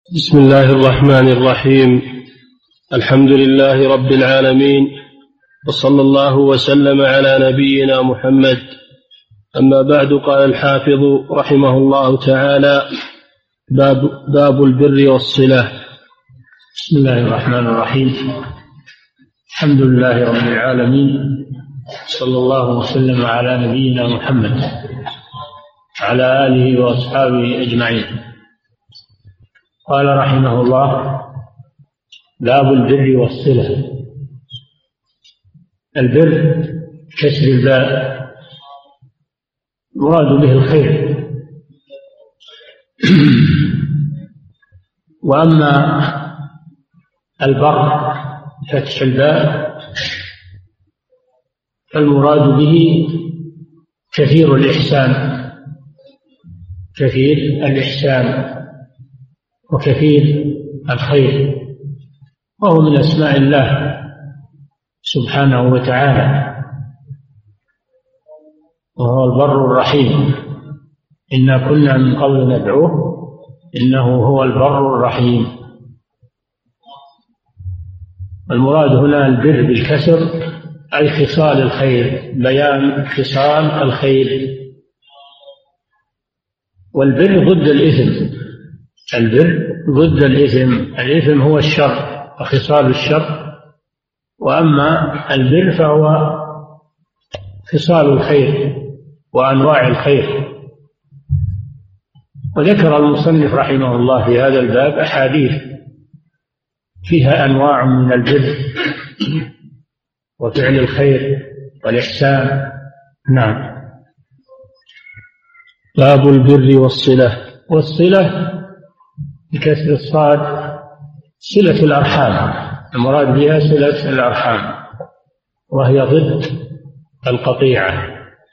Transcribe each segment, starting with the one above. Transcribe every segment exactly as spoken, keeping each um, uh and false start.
بسم الله الرحمن الرحيم. الحمد لله رب العالمين، وصلى الله وسلم على نبينا محمد. أما بعد، قال الحافظ رحمه الله تعالى: باب, باب البر والصلة. بسم الله الرحمن الرحيم. الحمد لله رب العالمين، صلى الله وسلم على نبينا محمد على آله وأصحابه أجمعين. قال رحمه الله: باب البر والصلة. البر كسر الباء، مراد به الخير. وأما البر فتح الباء فالمراد به كثير الإحسان، كثير الإحسان وكثير الخير، وهو من أسماء الله سبحانه وتعالى، وهو البر الرحيم. إنا كنا من قبل ندعوه إنه هو البر الرحيم. المراد هنا البر بالكسر أي خصال الخير، بيان خصال الخير. والبر ضد الإثم، البر ضد الإثم، الإثم هو الشر وخصال الشر، وأما البر فهو خصال الخير وأنواع الخير. وذكر المصنف رحمه الله في هذا الباب أحاديث فيها أنواع من البر وفعل الخير والإحسان. نعم. باب البر والصلة. والصلة بكسر الصاد صلة الأرحام، المراد بها صلة الأرحام، وهي ضد القطيعة،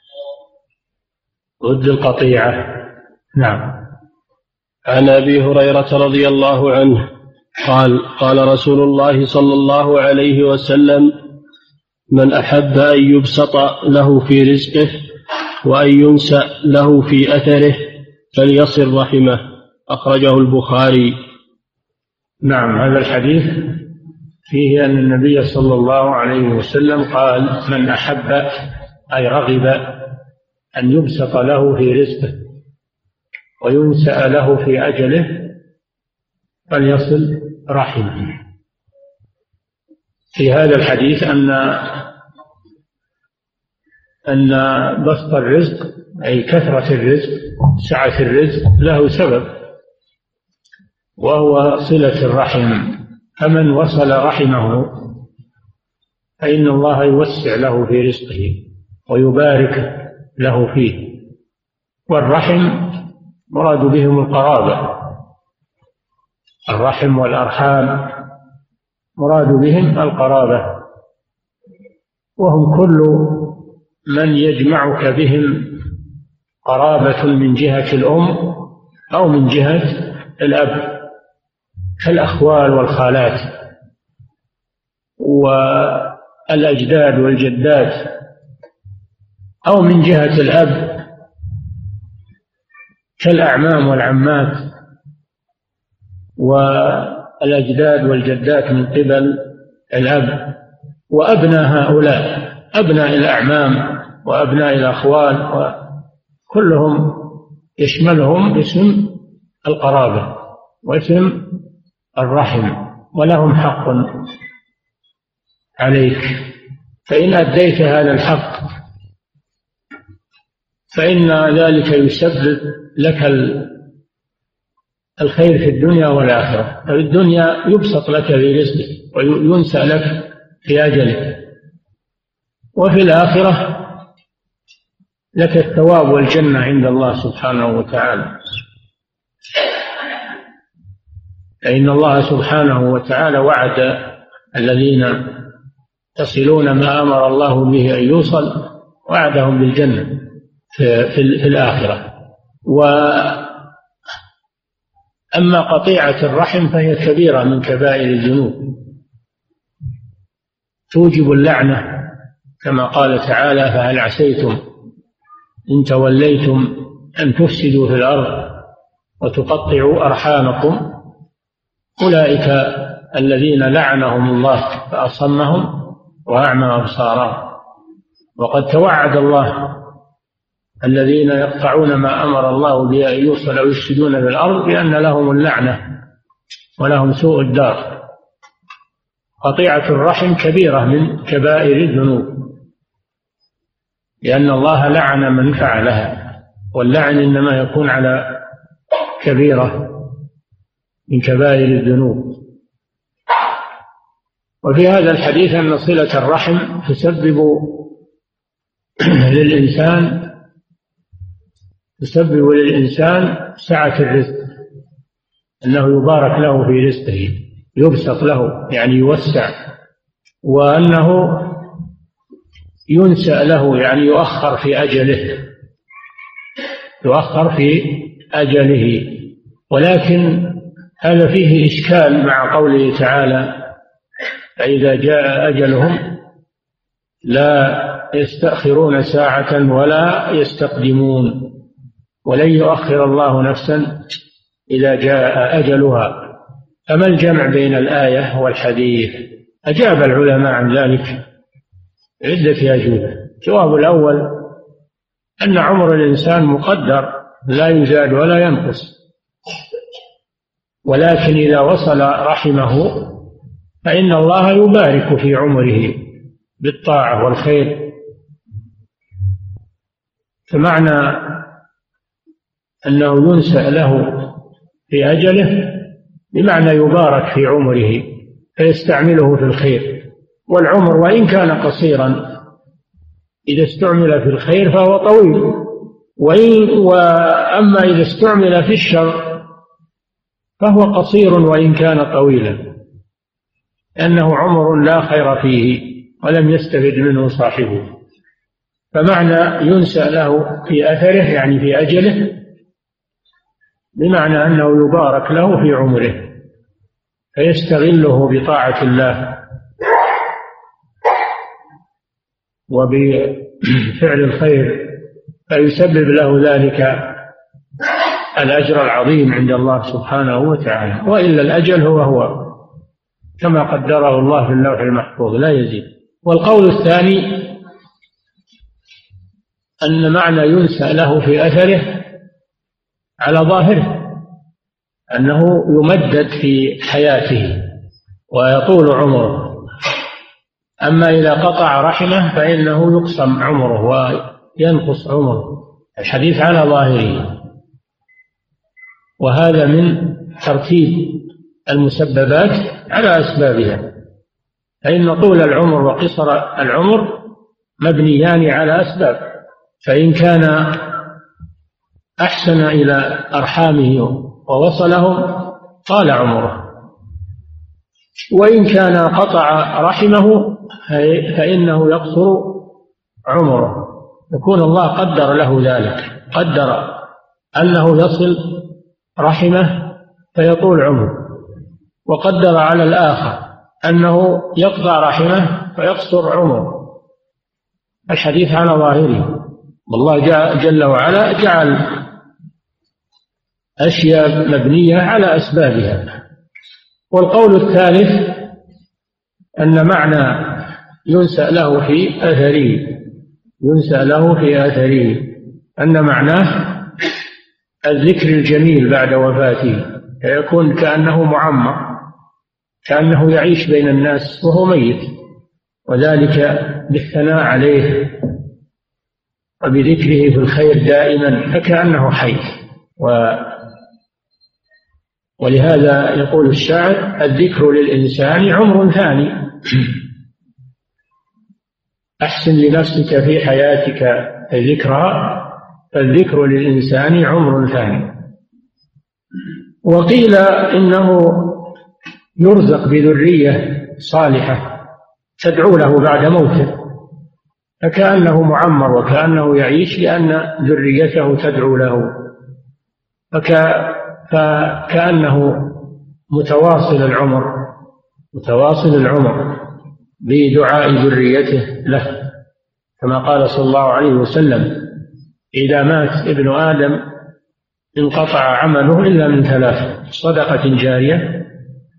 ضد القطيعة. نعم. عن أبي هريرة رضي الله عنه قال: قال رسول الله صلى الله عليه وسلم: من أحب أن يبسط له في رزقه وأن ينسأ له في أثره فليصل رحمه. أخرجه البخاري. نعم. هذا الحديث فيه أن النبي صلى الله عليه وسلم قال: من أحب أي رغب أن يبسط له في رزقه وينسأ له في أجله فليصل رحمه. في هذا الحديث أن أن بسط الرزق أي كثرة الرزق، سعة الرزق، له سبب، وهو صلة الرحم. فمن وصل رحمه فإن الله يوسع له في رزقه ويبارك له فيه. والرحم مراد بهم القرابة، الرحم والأرحام مراد بهم القرابة، وهم كل من يجمعك بهم قرابة من جهة الأم أو من جهة الأب، كالأخوال والخالات والأجداد والجدات، أو من جهة الأب كالأعمام والعمات والأجداد والجدات من قبل الأب، وأبناء هؤلاء، أبناء الأعمام وأبناء الأخوال، وكلهم يشملهم اسم القرابة واسم الرحم، ولهم حق عليك. فإن أديت هذا الحق فإن ذلك يسبب لك الخير في الدنيا والآخرة. في الدنيا يبسط لك في رزقك وينسى لك في أجلك، وفي الآخرة لك الثواب والجنة عند الله سبحانه وتعالى. فإن الله سبحانه وتعالى وعد الذين يصلون ما أمر الله به أن يوصل، وعدهم بالجنة في, في الآخرة. وأما قطيعة الرحم فهي كبيرة من كبائر الذنوب، توجب اللعنة، كما قال تعالى: فهل عسيتم إن توليتم أن تفسدوا في الأرض وتقطعوا أرحامكم أولئك الذين لعنهم الله فأصمهم وأعمى أبصارهم. وقد توعد الله الذين يقطعون ما أمر الله به أن يوصل ويفسدون في الأرض بأن لهم اللعنة ولهم سوء الدار. قطيعة الرحم كبيرة من كبائر الذنوب، لأن الله لعن من فعلها، واللعن إنما يكون على كبيرة من كبائر الذنوب. وفي هذا الحديث أن صلة الرحم تسبب للإنسان تسبب للإنسان سعة الرزق، أنه يبارك له في رزقه، يبسط له يعني يوسع، وأنه ينسأ له يعني يؤخر في أجله يؤخر في أجله. ولكن هذا فيه إشكال مع قوله تعالى: فإذا جاء أجلهم لا يستأخرون ساعة ولا يستقدمون، ولن يؤخر الله نفسا إذا جاء أجلها. فما الجمع بين الآية والحديث؟ أجاب العلماء عن ذلك عدة أجوبة. الجواب الأول أن عمر الإنسان مقدر لا يزاد ولا ينقص، ولكن إذا وصل رحمه فإن الله يبارك في عمره بالطاعة والخير. فمعنى أنه ينسأ له في أجله بمعنى يبارك في عمره فيستعمله في الخير. والعمر وإن كان قصيرا إذا استعمل في الخير فهو طويل، وإن وأما إذا استعمل في الشر فهو قصير وإن كان طويلا، لأنه عمر لا خير فيه ولم يستفد منه صاحبه. فمعنى ينسأ له في أثره يعني في أجله بمعنى أنه يبارك له في عمره فيستغله بطاعة الله وبفعل الخير، فيسبب له ذلك الأجر العظيم عند الله سبحانه وتعالى. وإلا الأجل هو هو كما قدره الله في اللوح المحفوظ لا يزيد. والقول الثاني أن معنى ينسأ له في أثره على ظاهره أنه يمدد في حياته ويطول عمره. أما إذا قطع رحمه فإنه يقسم عمره وينقص عمره. الحديث على ظاهره، وهذا من ترتيب المسببات على أسبابها، فإن طول العمر وقصر العمر مبنيان على أسباب. فإن كان أحسن إلى أرحامه ووصلهم طال عمره، وإن كان قطع رحمه فإنه يقصر عمره. يكون الله قدر له ذلك، قدر أنه يصل رحمه فيطول عمره، وقدر على الآخر أنه يقطع رحمه فيقصر عمره. الحديث على ظاهره، والله جل وعلا جعل أشياء مبنية على أسبابها. والقول الثالث أن معنى ينسأ له في أثره ينسأ له في أثره أن معناه الذكر الجميل بعد وفاته، فيكون كأنه معمر، كأنه يعيش بين الناس وهو ميت، وذلك بالثناء عليه وبذكره في الخير دائما فكأنه حي. و ولهذا يقول الشاعر: الذكر للإنسان عمر ثاني، أحسن لنفسك في حياتك ذكرها، فالذكر للإنسان عمر ثاني. وقيل إنه يرزق بذرية صالحة تدعو له بعد موته، فكأنه معمر وكأنه يعيش لأن ذريته تدعو له، فكأنه متواصل العمر متواصل العمر بدعاء ذريته له، كما قال صلى الله عليه وسلم: إذا مات ابن آدم انقطع عمله إلا من ثلاث: صدقة جارية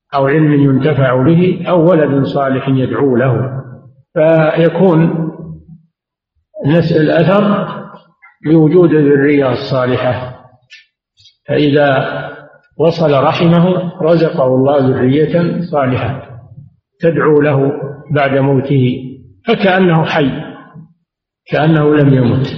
أو علم ينتفع به أو ولد صالح يدعو له، فيكون نسأل الأثر بوجود الذرية الصالحة. فإذا وصل رحمه رزقه الله ذرية صالحة تدعو له بعد موته، فكأنه حي، كأنه لم يمت.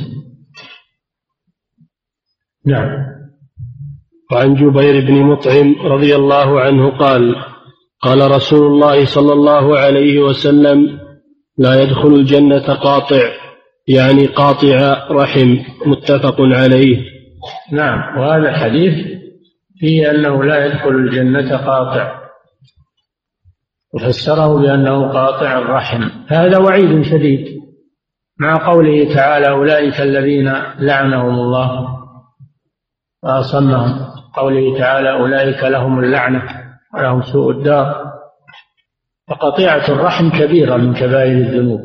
نعم. وعن جبير بن مطعم رضي الله عنه قال قال رسول الله صلى الله عليه وسلم: لا يدخل الجنة قاطع، يعني قاطع رحم، متفق عليه. نعم. وهذا الحديث فيه أنه لا يدخل الجنة قاطع، وفسره بأنه قاطع الرحم. هذا وعيد شديد مع قوله تعالى: أولئك الذين لعنهم الله وأصمهم. قوله تعالى: أولئك لهم اللعنة ولهم سوء الدار. فقطيعة الرحم كبيرة من كبائر الذنوب،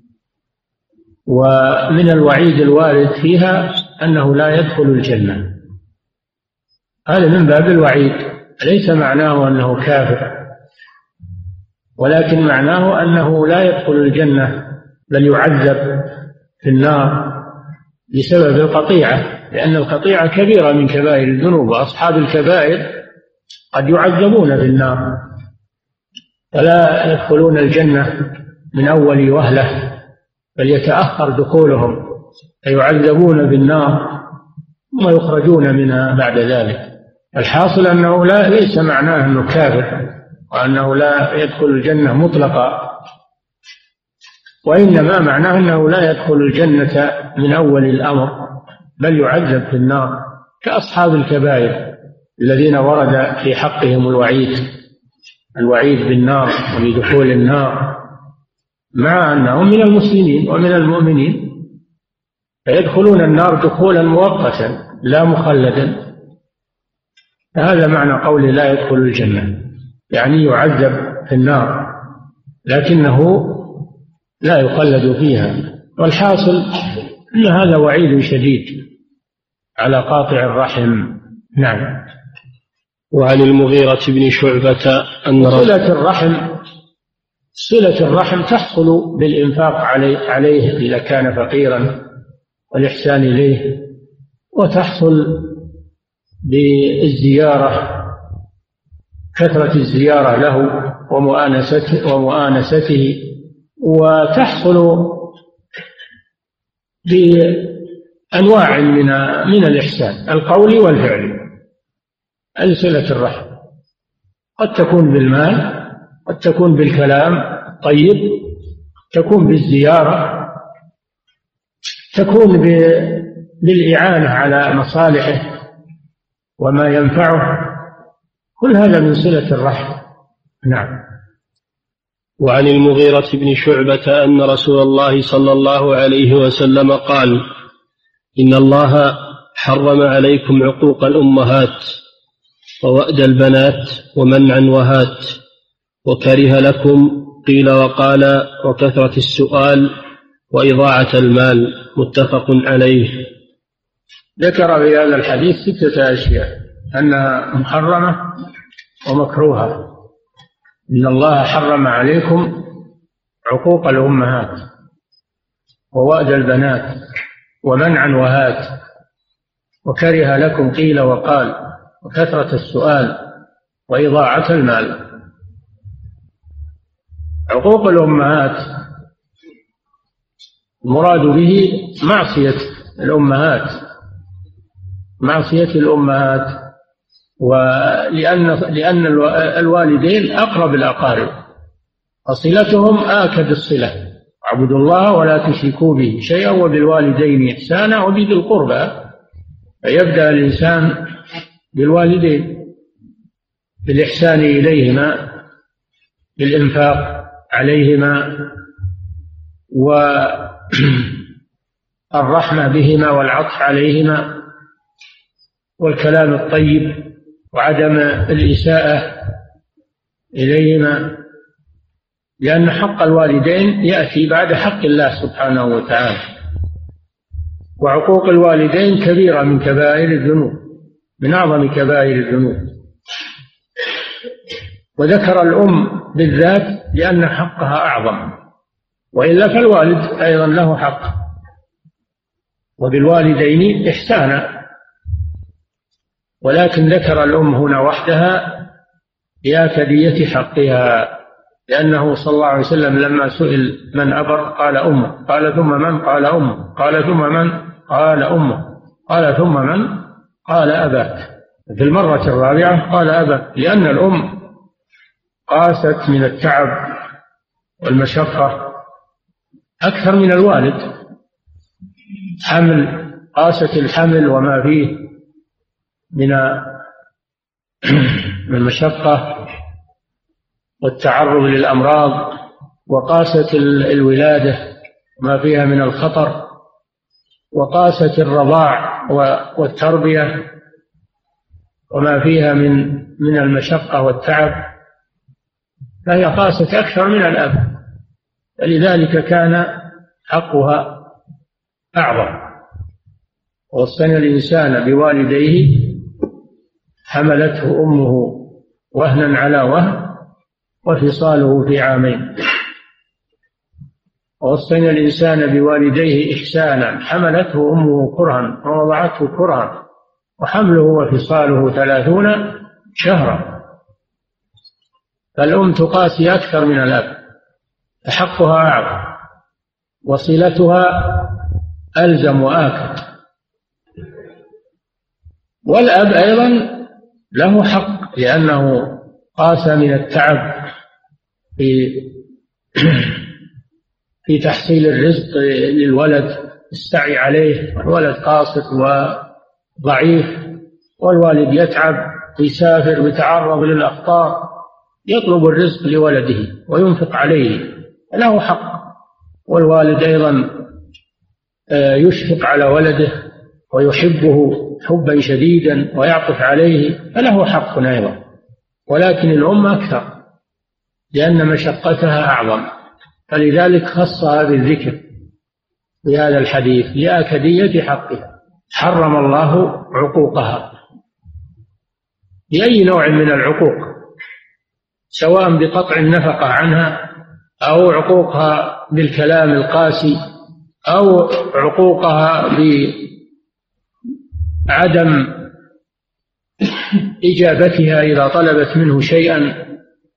ومن الوعيد الوارد فيها أنه لا يدخل الجنة. هذا من باب الوعيد، ليس معناه أنه كافر، ولكن معناه أنه لا يدخل الجنة بل يعذب في النار بسبب القطيعة، لأن القطيعة كبيرة من كبائر الذنوب، وأصحاب الكبائر قد يعذبون في النار فلا يدخلون الجنة من أول وهلة، بل يتأخر دخولهم فيعذبون بالنار ثم يخرجون منها بعد ذلك. الحاصل أنه لا ليس معناه أنه كافر وأنه لا يدخل الجنة مطلقا، وإنما معناه أنه لا يدخل الجنة من أول الأمر بل يعذب في النار كأصحاب الكبائر الذين ورد في حقهم الوعيد الوعيد بالنار وبدخول النار، مع أنهم من المسلمين ومن المؤمنين، فيدخلون النار دخولا مؤقتا لا مخلدا. هذا معنى قوله لا يدخل الجنة، يعني يعذب في النار لكنه لا يخلد فيها. والحاصل أن هذا وعيد شديد على قاطع الرحم. نعم. وعن المغيرة بن شعبة أن صلة الرحم صلة الرحم تحصل بالإنفاق عليه, عليه إذا كان فقيرا والإحسان إليه، وتحصل بالزيارة، كثرة الزيارة له ومؤانسته, ومؤانسته وتحصل بأنواع من من الإحسان القولي والفعلي. صلة الرحم قد تكون بالمال، قد تكون بالكلام الطيب، تكون بالزيارة، تكون بالإعانة على مصالحه وما ينفعه، كل هذا من صلة الرحم. نعم. وعن المغيرة بن شعبة أن رسول الله صلى الله عليه وسلم قال: إن الله حرم عليكم عقوق الأمهات ووأد البنات ومنعا وهات، وكره لكم قيل وقال وكثرة السؤال وإضاعة المال، متفق عليه. ذكر في هذا الحديث ستة أشياء أنها محرمة ومكروهة. إن الله حرم عليكم عقوق الأمهات ووأد البنات ومنعا وهات، وكره لكم قيل وقال وكثرة السؤال وإضاعة المال. عقوق الأمهات المراد به معصية الأمهات معصية الأمهات ولأن لأن الوالدين أقرب الأقارب، فصلتهم آكد الصلة. اعبدوا الله ولا تشركوا به شيئا وبالوالدين إحسانا وبذي القربى. فيبدأ الإنسان بالوالدين بالإحسان إليهما، بالإنفاق عليهما والرحمة بهما والعطف عليهما والكلام الطيب وعدم الإساءة إليهما، لأن حق الوالدين يأتي بعد حق الله سبحانه وتعالى. وعقوق الوالدين كبيرة من كبائر الذنوب، من أعظم كبائر الذنوب. وذكر الأم بالذات لأن حقها أعظم، وإلا فالوالد أيضا له حق، وبالوالدين إحسانا، ولكن ذكر الأم هنا وحدها لآكدية حقها، لأنه صلى الله عليه وسلم لما سئل من أبر قال أمه، قال ثم من؟ قال أمه، قال ثم من؟ قال أمه، قال ثم من؟ قال أباك. في المرة الرابعة قال أباك، لأن الأم قاست من التعب والمشقة أكثر من الوالد، حمل، قاست الحمل وما فيه من المشقة والتعرض للأمراض، وقاست الولادة ما فيها من الخطر، وقاست الرضاع والتربية وما فيها من من المشقة والتعب، فهي قاست أكثر من الأب، فلذلك كان حقها أعظم. ووصينا الإنسان بوالديه حملته أمه وهنا على وهن وفصاله في عامين. ووصينا الإنسان بوالديه إحسانا، حملته أمه كرها ووضعته كرها وحمله وفصاله ثلاثون شهرا، فالأم تقاسي أكثر من الأب، فحقها أعظم وصلتها ألزم وآكد. والأب أيضا له حق، لأنه قاس من التعب في في تحصيل الرزق للولد، استعي عليه، والولد قاصر وضعيف، والوالد يتعب ويسافر ويتعرض للأخطار، يطلب الرزق لولده وينفق عليه، له حق. والوالد أيضا يشفق على ولده ويحبه حبا شديدا ويعطف عليه، فله حق أيضا. ولكن الأم أكثر لأن مشقتها أعظم، فلذلك خصها بالذكر في هذا الحديث لآكدية حقها. حرم الله عقوقها بأي نوع من العقوق، سواء بقطع النفقة عنها، أو عقوقها بالكلام القاسي، أو عقوقها بعدم إجابتها إذا طلبت منه شيئا،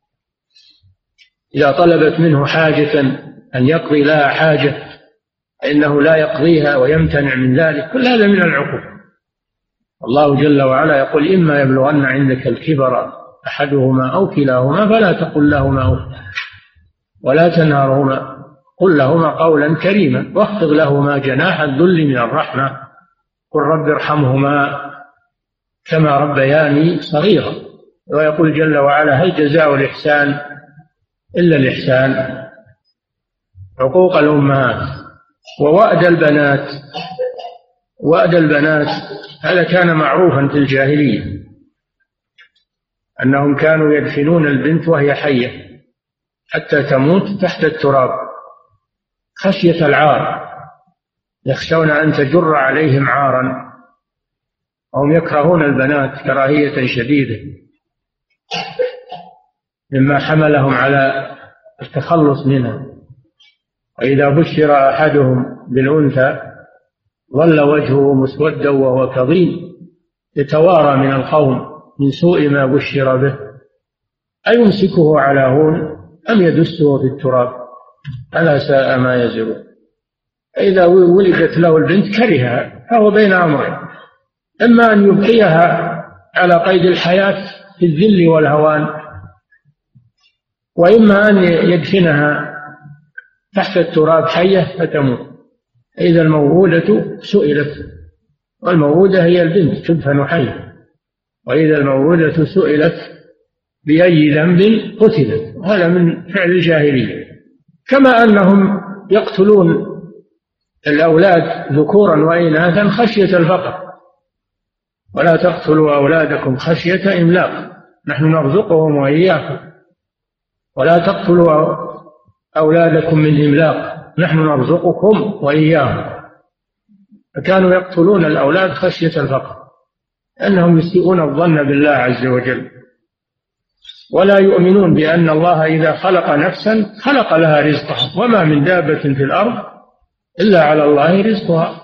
إذا طلبت منه حاجة أن يقضي لها حاجة فإنه لا يقضيها ويمتنع من ذلك، كل هذا من العقوق. الله جل وعلا يقول: إما يبلغن عندك الكبر أحدهما أو كلاهما فلا تقل لهما أف ولا تنهرهما، قل لهما قولا كريما واخفض لهما جناح الذل من الرحمة، قل رب ارحمهما كما ربياني صغيرا. ويقول جل وعلا: هل جزاء الإحسان إلا الإحسان. عقوق الأمهات ووأد البنات. وأد البنات هذا كان معروفا في الجاهلية، أنهم كانوا يدفنون البنت وهي حية حتى تموت تحت التراب خشية العار، يخشون أن تجر عليهم عارا، وهم يكرهون البنات كراهية شديدة مما حملهم على التخلص منها. وإذا بشر أحدهم بالأنثى ظل وجهه مسودا وهو كظيم يتوارى من القوم من سوء ما بشر به، أيمسكه على هون أم يدسه في التراب ألا ساء ما يزرون. إذا ولدت له البنت كرهها، فهو بين أمرين: إما أن يبقيها على قيد الحياة في الذل والهوان، وإما أن يدفنها تحت التراب حية فتموت. إذا الموعودة سئلت، والموعودة هي البنت تدفن حية، وإذا الموعودة سئلت بأي ذنب قتلت. هذا من فعل الجاهلية. كما أنهم يقتلون الأولاد ذكورا وإناثا خشية الفقر: ولا تقتلوا أولادكم خشية إملاق نحن نرزقهم وإياكم، ولا تقتلوا أولادكم من إملاق نحن نرزقكم وإياهم. فكانوا يقتلون الأولاد خشية الفقر، أنهم يسيئون الظن بالله عز وجل. ولا يؤمنون بأن الله إذا خلق نفسا خلق لها رزقها، وما من دابة في الأرض إلا على الله رزقها،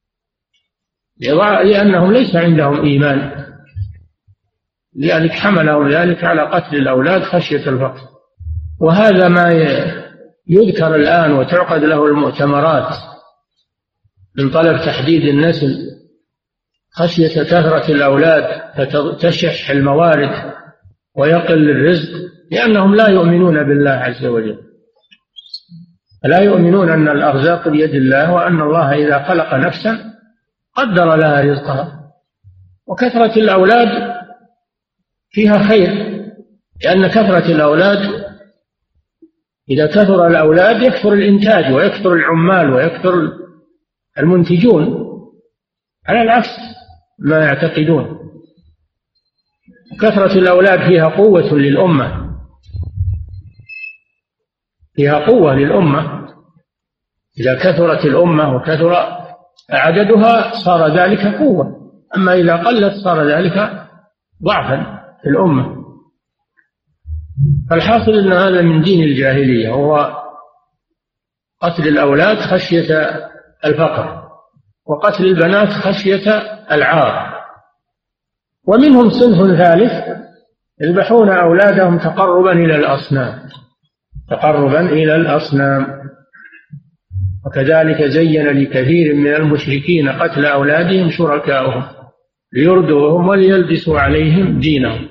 لأنهم ليس عندهم إيمان، لذلك حملهم ذلك على قتل الأولاد خشية الفقر. وهذا ما يذكر الآن وتعقد له المؤتمرات من طلب تحديد النسل خشية كثرة الأولاد فتشح الموارد ويقل الرزق، لأنهم لا يؤمنون بالله عز وجل، لا يؤمنون أن الأرزاق بيد الله، وأن الله إذا خلق نفسا قدر لها رزقها. وكثرة الأولاد فيها خير، لأن كثرة الأولاد إذا كثر الأولاد يكثر الإنتاج ويكثر العمال ويكثر المنتجون، على العكس ما يعتقدون. كثرة الأولاد فيها قوة للأمة، فيها قوة للأمة. إذا كثرت الأمة وكثر عددها صار ذلك قوة، أما إذا قلت صار ذلك ضعفا في الأمة. فالحاصل أن هذا من دين الجاهلية، وهو قتل الأولاد خشية الفقر، وقتل البنات خشية العار. ومنهم صنف ثالث يذبحون أولادهم تقربا إلى الأصنام، تقربا إلى الأصنام. وكذلك زين لكثير من المشركين قتل أولادهم شركاؤهم ليردوهم وليلبسوا عليهم دينهم.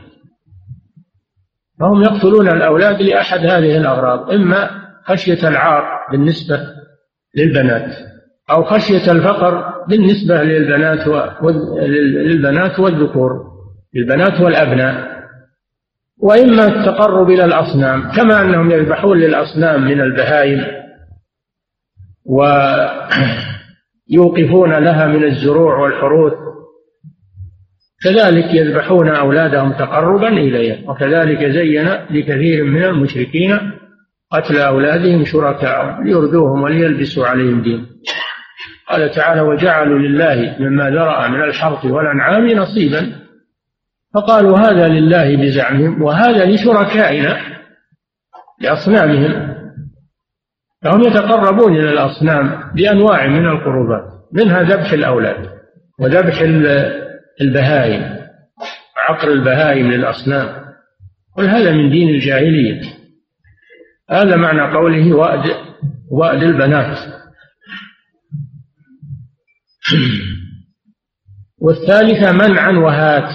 فهم يقتلون الأولاد لأحد هذه الأغراض، إما خشية العار بالنسبة للبنات، أو خشية الفقر بالنسبة للبنات للبنات والذكور، للبنات والأبناء، وإما التقرب إلى الأصنام، كما أنهم يذبحون للأصنام من البهائم ويوقفون لها من الزروع والحروث، كذلك يذبحون أولادهم تقربا إليها. وكذلك زين لكثير من المشركين قتل أولادهم شركاء ليردوهم وليلبسوا عليهم دين. قال تعالى: وجعلوا لله مما ذرأ من الحرث والأنعام نصيبا، فقالوا هذا لله بزعمهم وهذا لشركائنا لأصنامهم. فهم يتقربون إلى الأصنام بأنواع من القربات، منها ذبح الأولاد وذبح البهائم، عقر البهائم للأصنام، وهذا من دين الجاهلية. هذا معنى قوله وأد, وأد البنات. والثالثة منعا وهات،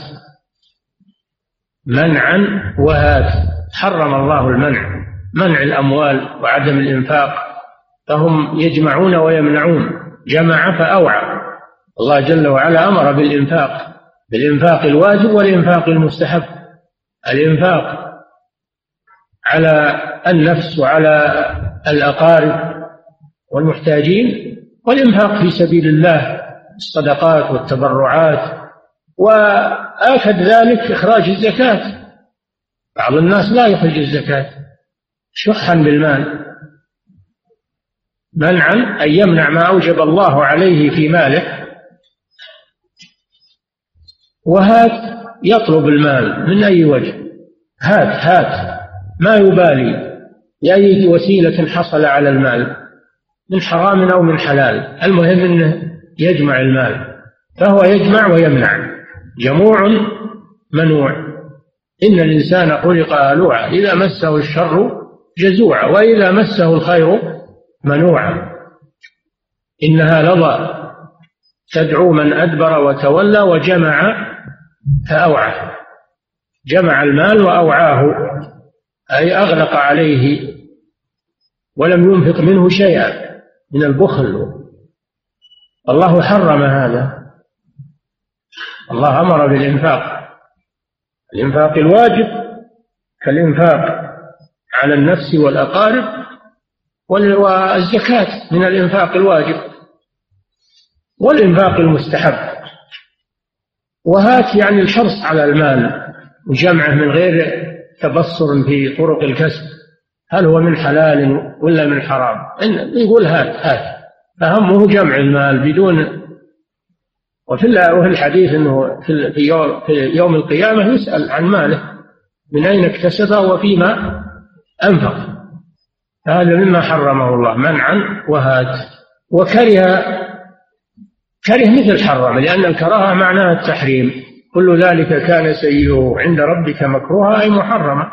منعا وهات، حرم الله المنع، منع الأموال وعدم الإنفاق، فهم يجمعون ويمنعون، جمع فأوعى. الله جل وعلا أمر بالإنفاق، بالإنفاق الواجب والإنفاق المستحب، الإنفاق على النفس وعلى الأقارب والمحتاجين، والإنفاق في سبيل الله، الصدقات والتبرعات. وآخذ ذلك إخراج الزكاة، بعض الناس لا يخرج الزكاة شحا بالمال، منعا أن يمنع ما أوجب الله عليه في ماله. وهات يطلب المال من أي وجه، هات هات ما يبالي بأي وسيلة حصل على المال، من حرام أو من حلال، المهم أنه يجمع المال. فهو يجمع ويمنع، جموع منوع. إن الإنسان خلق هلوعا إذا مسه الشر جزوعا وإذا مسه الخير منوعا. إنها لظى تدعو من أدبر وتولى وجمع فأوعى، جمع المال وأوعاه، أي أغلق عليه ولم ينفق منه شيئا من البخل. الله حرم هذا، الله أمر بالإنفاق، الإنفاق الواجب كالإنفاق على النفس والأقارب، والزكاة من الإنفاق الواجب، والإنفاق المستحب. وهات يعني الحرص على المال وجمعه من غير تبصر في طرق الكسب، هل هو من حلال ولا من حرام، إن يقول هات هات، فهمه جمع المال بدون. وفي الحديث أنه في يوم القيامة يسأل عن ماله من أين اكتسبه وفيما أنفق. هذا مما حرمه الله منعا وهات. وكره كره مثل حرم، لأن الكراهة معناها التحريم. كل ذلك كان سيئه عند ربك مكروها أي محرما.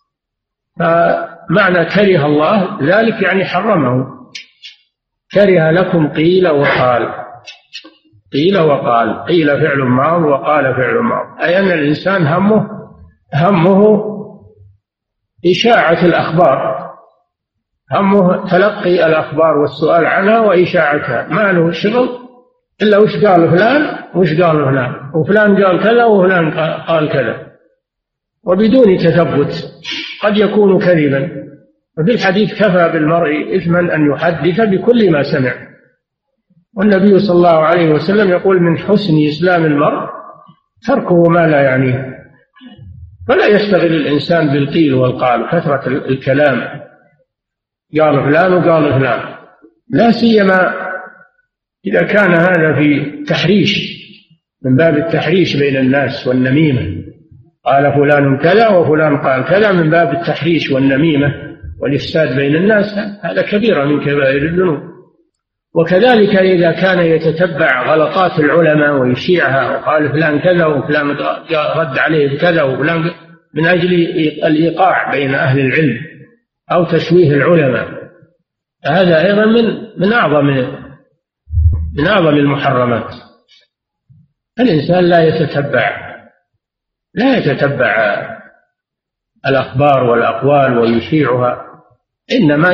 فمعنى كره الله ذلك يعني حرمه. كره لكم قيل وقال. قيل وقال، قيل فعل ماض وقال فعل ماض، أي أن الإنسان همه همه إشاعة الأخبار، همه تلقي الأخبار والسؤال عنها وإشاعتها، ما له شغل إلا وش قال فلان وش قال فلان، وفلان قال كذا وفلان قال كذا، وبدون تثبت، قد يكون كذبا. وفي الحديث كفى بالمرء إثما أن يحدث بكل ما سمع. والنبي صلى الله عليه وسلم يقول من حسن إسلام المرء تركه ما لا يعنيه. فلا يشتغل الإنسان بالقيل والقال، كثرة الكلام، قال فلان وقال فلان، لا سيما إذا كان هذا في تحريش، من باب التحريش بين الناس والنميمة، قال فلان كذا وفلان قال كذا، من باب التحريش والنميمة والإفساد بين الناس، هذا كبيرة من كبائر الذنوب. وكذلك إذا كان يتتبع غلطات العلماء ويشيعها، وقال فلان كذا وفلان رد عليه بكذا وفلان، من أجل الإيقاع بين أهل العلم أو تشويه العلماء، هذا أيضا من من أعظم من أعظم المحرمات. الإنسان لا يتتبع لا يتتبع الأخبار والأقوال ويشيعها، إنما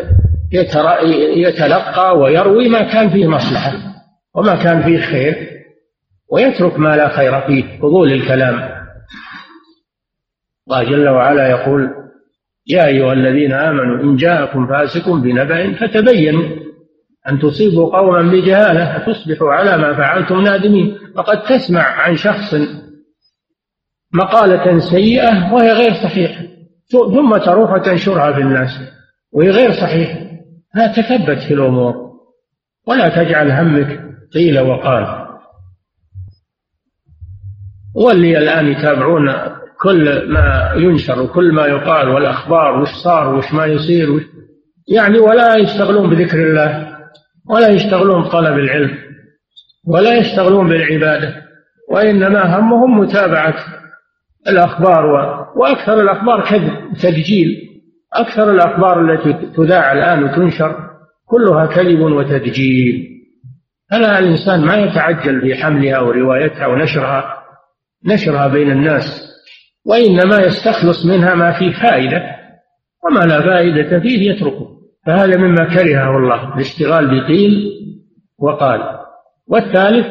يتلقى ويروي ما كان فيه مصلحة وما كان فيه خير، ويترك ما لا خير فيه، فضول الكلام. الله جل وعلا يقول يا أيها الذين آمنوا إن جاءكم فاسق بنبأ فتبينوا أن تصيبوا قوما بجهالة فتصبحوا على ما فعلتم نادمين. فقد تسمع عن شخص مقالة سيئة وهي غير صحيحة، ثم تروح وتنشرها في الناس وهي غير صحيحة. لا تثبت في الأمور ولا تجعل همك قيل وقال. واللي الآن يتابعون كل ما ينشر وكل ما يقال والأخبار وش صار وش ما يصير وش يعني، ولا يشتغلون بذكر الله ولا يشتغلون بطلب العلم ولا يشتغلون بالعبادة، وإنما همهم متابعة الأخبار و... وأكثر الأخبار كذب تدجيل. أكثر الأخبار التي تذاع الآن وتنشر كلها كذب وتدجيل. فلا الإنسان ما يتعجل في حملها وروايتها ونشرها نشرها بين الناس، وإنما يستخلص منها ما فيه فائدة، وما لا فائدة فيه يتركه. فهذا مما كرهه الله، الاشتغال بقيل وقال. والثالث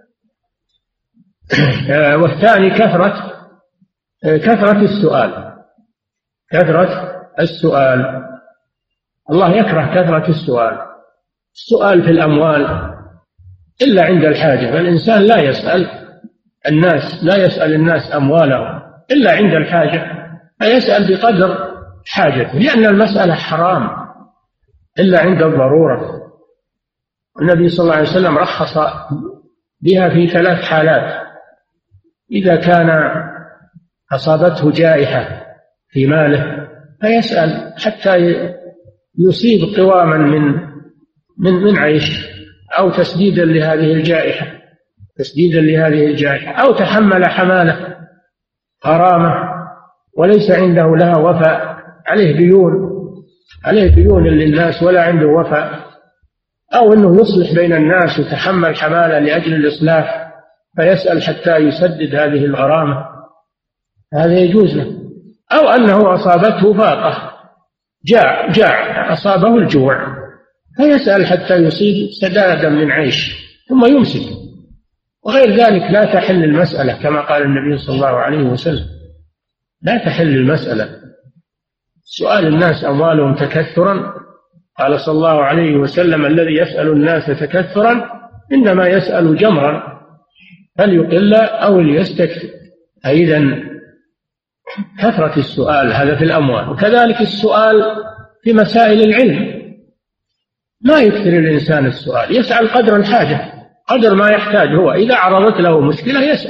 والثاني كثرة كثرة السؤال كثرة السؤال الله يكره كثرة السؤال. السؤال في الأموال إلا عند الحاجة، فالإنسان لا يسأل الناس لا يسأل الناس أموالهم إلا عند الحاجة، فيسأل بقدر حاجته، لأن المسألة حرام إلا عند الضرورة. النبي صلى الله عليه وسلم رخص بها في ثلاث حالات: إذا كان أصابته جائحة في ماله فيسأل حتى يصيب قواما من من من عيش، أو تسديدا لهذه الجائحة تسديدا لهذه الجائحة أو تحمل حمالة غرامة وليس عنده لها وفاء، عليه ديون عليه ديون للناس ولا عنده وفاء، أو أنه يصلح بين الناس وتحمل حمالة لأجل الإصلاح فيسأل حتى يسدد هذه الغرامة، هذا يجوز له. أو أنه أصابته فاقة، جاع جاع أصابه الجوع فيسأل حتى يصيب سدادا من عيش ثم يمسك. وغير ذلك لا تحل المسألة، كما قال النبي صلى الله عليه وسلم لا تحل المسألة. سؤال الناس أموالهم تكثرا، قال صلى الله عليه وسلم الذي يسأل الناس تكثرا إنما يسأل جمرا فليقل أو ليستكثر. إذن كثرة السؤال هذا في الأموال. وكذلك السؤال في مسائل العلم، ما يكثر الإنسان السؤال، يسأل قدر الحاجة، قدر ما يحتاج هو. إذا عرضت له مشكلة يسأل،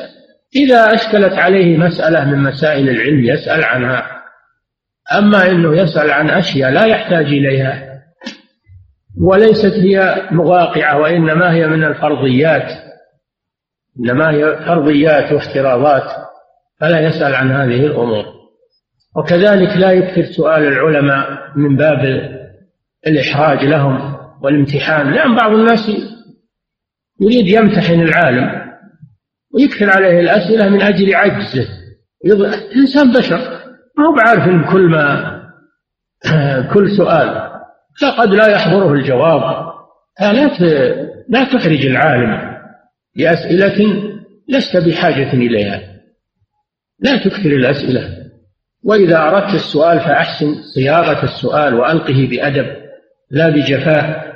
إذا أشكلت عليه مسألة من مسائل العلم يسأل عنها، أما أنه يسأل عن أشياء لا يحتاج إليها وليست هي مواقعة وإنما هي من الفرضيات، إنما هي فرضيات وافتراضات، فلا يسأل عن هذه الأمور. وكذلك لا يكثر سؤال العلماء من باب الإحراج لهم والامتحان، لأن بعض الناس يريد يمتحن العالم ويكثر عليه الأسئلة من أجل عجزه. الإنسان بشر ما هو بعارف من كل ما كل سؤال فقد لا يحضره الجواب، فلا لا تحرج العالم بأسئلة لست بحاجة إليها، لا تكثر الأسئلة. وإذا أردت السؤال فأحسن صياغة السؤال وألقه بأدب لا بجفاء.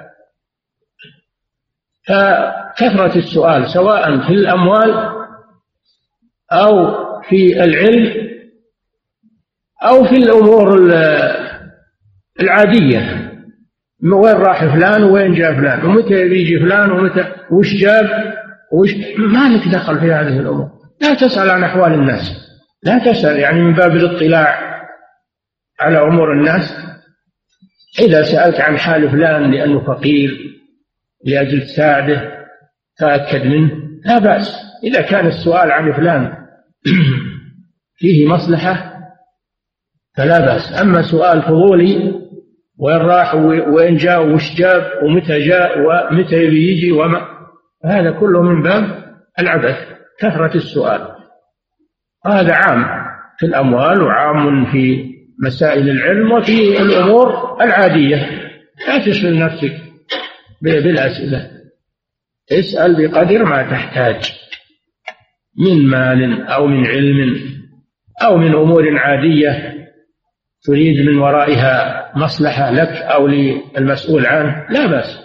فكثرة السؤال سواء في الأموال أو في العلم أو في الأمور العادية، وين راح فلان وين جاء فلان ومتى يجي فلان ومتى وش جاب وش، ما لك دخل في هذه الأمور. لا تسأل عن أحوال الناس، لا تسأل يعني من باب الاطلاع على أمور الناس. إذا سألت عن حال فلان لأنه فقير لأجل تساعده تأكد منه لا بأس، إذا كان السؤال عن فلان فيه مصلحة فلا بأس. أما سؤال فضولي وين راح وين جاء وش جاب ومتى جاء ومتى يجي وما، هذا كله من باب العبث، كثرة السؤال. هذا عام في الأموال وعام في مسائل العلم وفي الأمور العادية. لا تشغل نفسك بالأسئلة، اسأل بقدر ما تحتاج من مال أو من علم أو من أمور عادية تريد من ورائها مصلحة لك أو للمسؤول عنه لا بأس.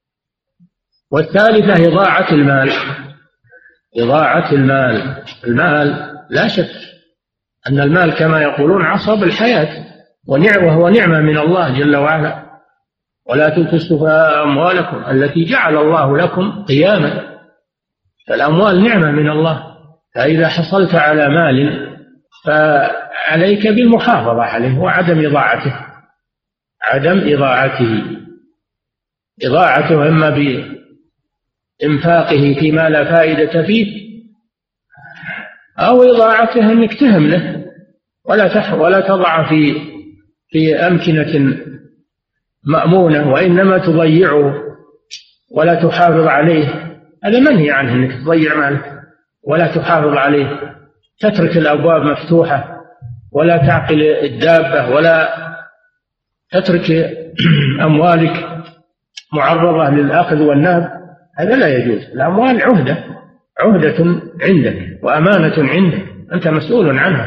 والثالثة إضاعة المال. إضاعة المال، المال لا شك أن المال كما يقولون عصب الحياة وهو نعمة من الله جل وعلا. ولا تؤتوا السفهاء أموالكم التي جعل الله لكم قياما، فالأموال نعمة من الله، فإذا حصلت على مال فعليك بالمحافظة عليه وعدم إضاعته، عدم إضاعته إضاعته إما بإنفاقه فيما لا فائدة فيه أو إضاعته أنك تهمله ولا ولا تضع في في أمكنة مأمونة وإنما تضيعه ولا تحافظ عليه. هذا منهي عنه أنك تضيع مالك ولا تحافظ عليه، تترك الأبواب مفتوحة ولا تعقل الدابة ولا تترك أموالك معرضة للأخذ والنهب، هذا لا يجوز. الأموال عهدة عهدة عندك وأمانة عندك، أنت مسؤول عنها،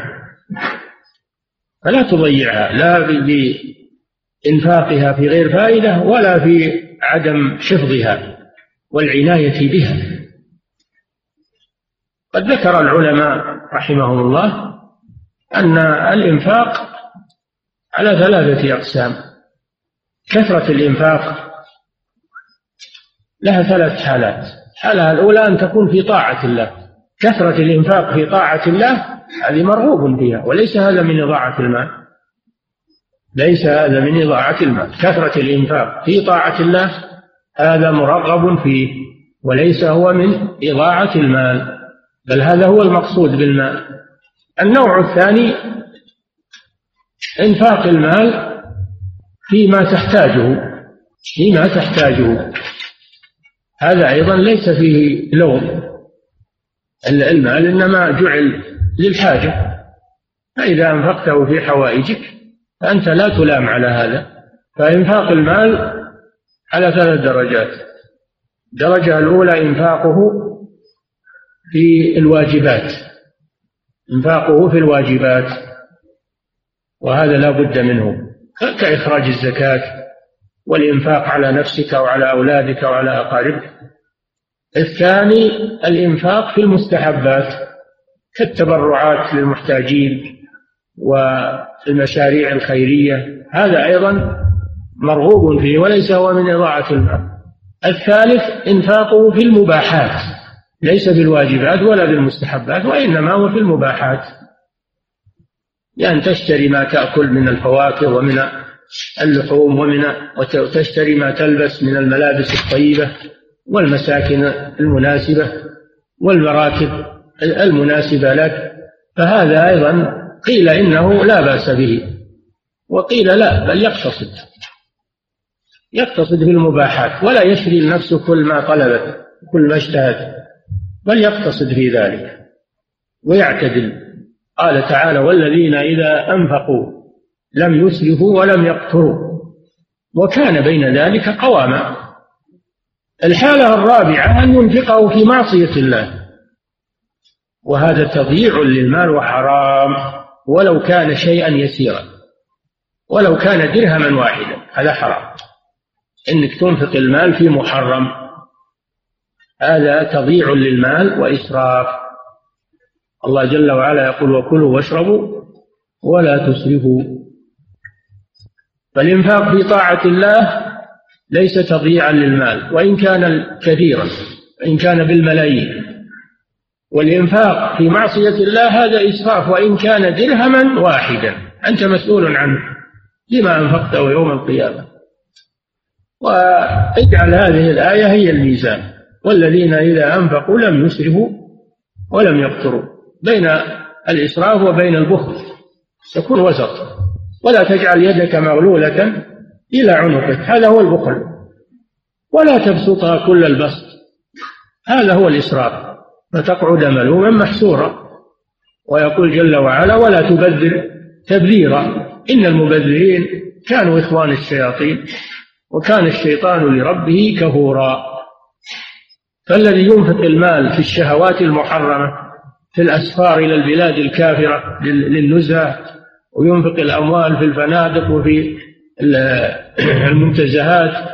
فلا تضيعها لا بإنفاقها في غير فائدة ولا في عدم حفظها والعناية بها. قد ذكر العلماء رحمهم الله أن الإنفاق على ثلاثة أقسام. كثرة الإنفاق لها ثلاث حالات. الحالة الأولى أن تكون في طاعة الله، كثرة الإنفاق في طاعة الله هذه مرغوب فيها، وليس هذا من إضاعة المال، ليس هذا من إضاعة المال. كثرة الإنفاق في طاعة الله هذا مرغب فيه وليس هو من إضاعة المال، بل هذا هو المقصود بالمال. النوع الثاني إنفاق المال فيما تحتاجه فيما تحتاجه هذا أيضا ليس فيه لوم، المال إنما جعل للحاجة، فإذا أنفقته في حوائجك فأنت لا تلام على هذا. فإنفاق المال على ثلاث درجات. الدرجة الأولى إنفاقه في الواجبات، إنفاقه في الواجبات وهذا لا بد منه، كإخراج الزكاة والإنفاق على نفسك وعلى أولادك وعلى أقاربك. الثاني الإنفاق في المستحبات كالتبرعات للمحتاجين والمشاريع الخيرية، هذا أيضا مرغوب فيه وليس هو من إضاعة المال. الثالث إنفاقه في المباحات ليس بالواجبات ولا بالمستحبات، وإنما هو في المباحات، يعني تشتري ما تأكل من الفواكه ومن اللحوم ومن وتشتري ما تلبس من الملابس الطيبة والمساكن المناسبة والمراكب المناسبة لك، فهذا أيضا قيل إنه لا بأس به، وقيل لا، بل يقتصد يقتصد في المباحات، ولا يشري لنفسه كل ما طلبت كل ما اشتهت، بل يقتصد في ذلك ويعتدل. قال تعالى: والذين إذا أنفقوا لم يسرفوا ولم يقتروا وكان بين ذلك قواما. الحالة الرابعة أن ينفقه في معصية الله، وهذا تضييع للمال وحرام، ولو كان شيئا يسيرا، ولو كان درهما واحدا، هذا حرام. إنك تنفق المال في محرم، هذا تضييع للمال وإسراف. الله جل وعلا يقول: وكلوا واشربوا ولا تسرفوا. فالإنفاق في طاعة الله ليس تضييعا للمال وإن كان كثيرا، وإن كان بالملايين. والإنفاق في معصية الله هذا إسراف، وإن كان درهما واحدا أنت مسؤول عنه لما أنفقته يوم القيامة. واجعل هذه الآية هي الميزان: والذين إذا أنفقوا لم يسرفوا ولم يقتروا، بين الإسراف وبين البخل تكون وسط، ولا تجعل يدك مغلولة إلى عنقك، هذا هو البخل، ولا تبسطها كل البسط، هذا هو الإسراف، فتقعد ملوما محسورا. ويقول جل وعلا: ولا تبذر تبذيرا إن المبذرين كانوا إخوان الشياطين وكان الشيطان لربه كفورا. فالذي ينفق المال في الشهوات المحرمة، في الأسفار إلى البلاد الكافرة للنزهة، وينفق الأموال في الفنادق وفي المنتزهات،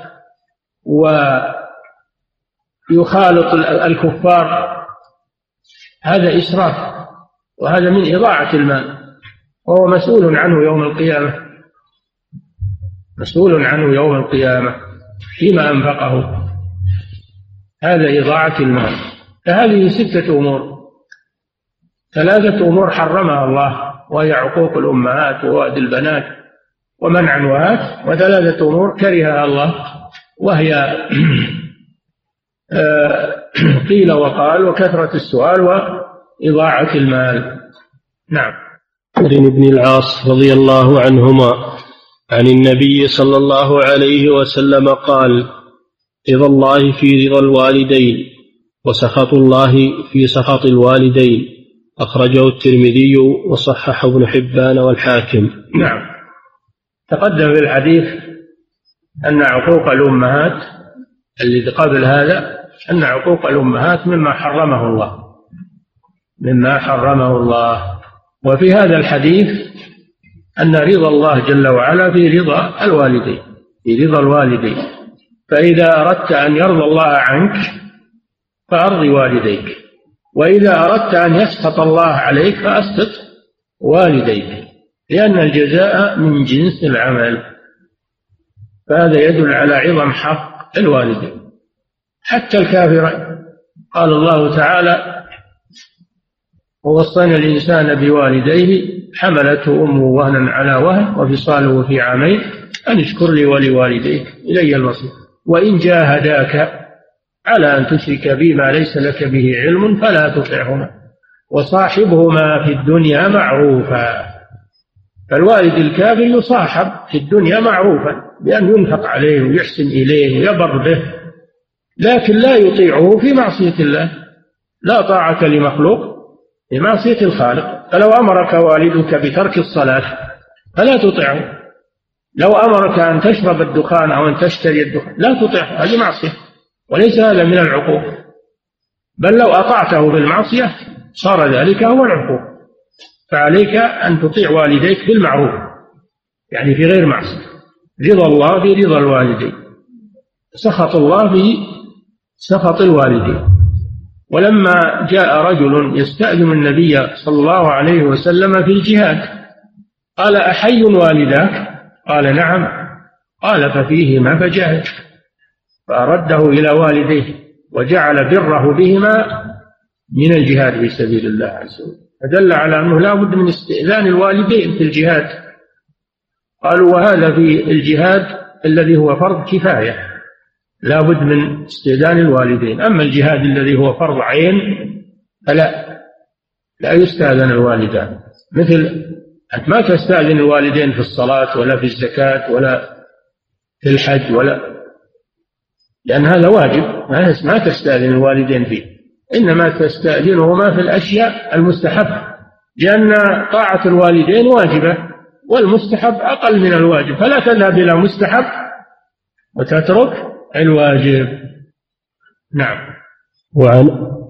ويخالط الكفار، هذا إسراف، وهذا من إضاعة المال، وهو مسؤول عنه يوم القيامة، مسؤول عنه يوم القيامة فيما أنفقه، هذا إضاعة المال. فهذه ستة أمور، ثلاثة أمور حرمها الله، وهي عقوق الأمهات ووأد البنات ومنع، وثلاثة أمور كرهها الله، وهي قيل وقال وكثرة السؤال وإضاعة المال. نعم. عمرو بن العاص رضي الله عنهما عن النبي صلى الله عليه وسلم قال: رضا الله في رضا الوالدين، وسخط الله في سخط الوالدين. أخرجه الترمذي وصححه ابن حبان والحاكم. نعم. تقدم في الحديث أن عقوق الأمهات الذي قبل هذا، أن عقوق الأمهات مما حرمه الله، مما حرمه الله. وفي هذا الحديث أن رضا الله جل وعلا في رضا الوالدين، في رضا الوالدين. فإذا أردت أن يرضى الله عنك فأرضي والديك، وإذا أردت أن يسخط الله عليك فأسخط والديك، لأن الجزاء من جنس العمل. فهذا يدل على عظم حق الوالدين حتى الكافرين. قال الله تعالى: ووصينا الإنسان بوالديه حملته أمه وهنا على وهن وفصاله في عامين أن اشكر لي ولوالديك إلي المصير وإن جاهداك على أن تشرك بي ما ليس لك به علم فلا تطعهما وصاحبهما في الدنيا معروفا. فالوالد الكافر يصاحب في الدنيا معروفا بأن ينفق عليه ويحسن إليه ويبر به، لكن لا يطيعه في معصية الله، لا طاعة لمخلوق في معصية الخالق. فلو أمرك والدك بترك الصلاة فلا تطعه، لو أمرك أن تشرب الدخان أو أن تشتري الدخان لا تطعه، هذه معصية وليس هذا من العقوق، بل لو أطعته بالمعصية صار ذلك هو العقوق. فعليك أن تطيع والديك بالمعروف، يعني في غير معصية. رضا الله في رضا الوالدين، سخط الله في سخط الوالدين. ولما جاء رجل يستأذن النبي صلى الله عليه وسلم في الجهاد قال: أحي والداك؟ قال: نعم. قال: ففيهما فجاهد. فأرده إلى والديه وجعل بره بهما من الجهاد في سبيل الله عز وجل، فدل على أنه لا بد من استئذان الوالدين في الجهاد. قالوا وهذا في الجهاد الذي هو فرض كفاية لا بد من استئذان الوالدين، أما الجهاد الذي هو فرض عين فلا لا يستأذن الوالدان. مثل أنت ما تستأذن الوالدين في الصلاة ولا في الزكاة ولا في الحج، ولا لأن هذا واجب ما تستأذن الوالدين فيه، إنما تستأذنهما في الأشياء المستحبة، لأن طاعة الوالدين واجبة والمستحب أقل من الواجب، فلا تذهب إلى مستحب وتترك الواجب. نعم. وعن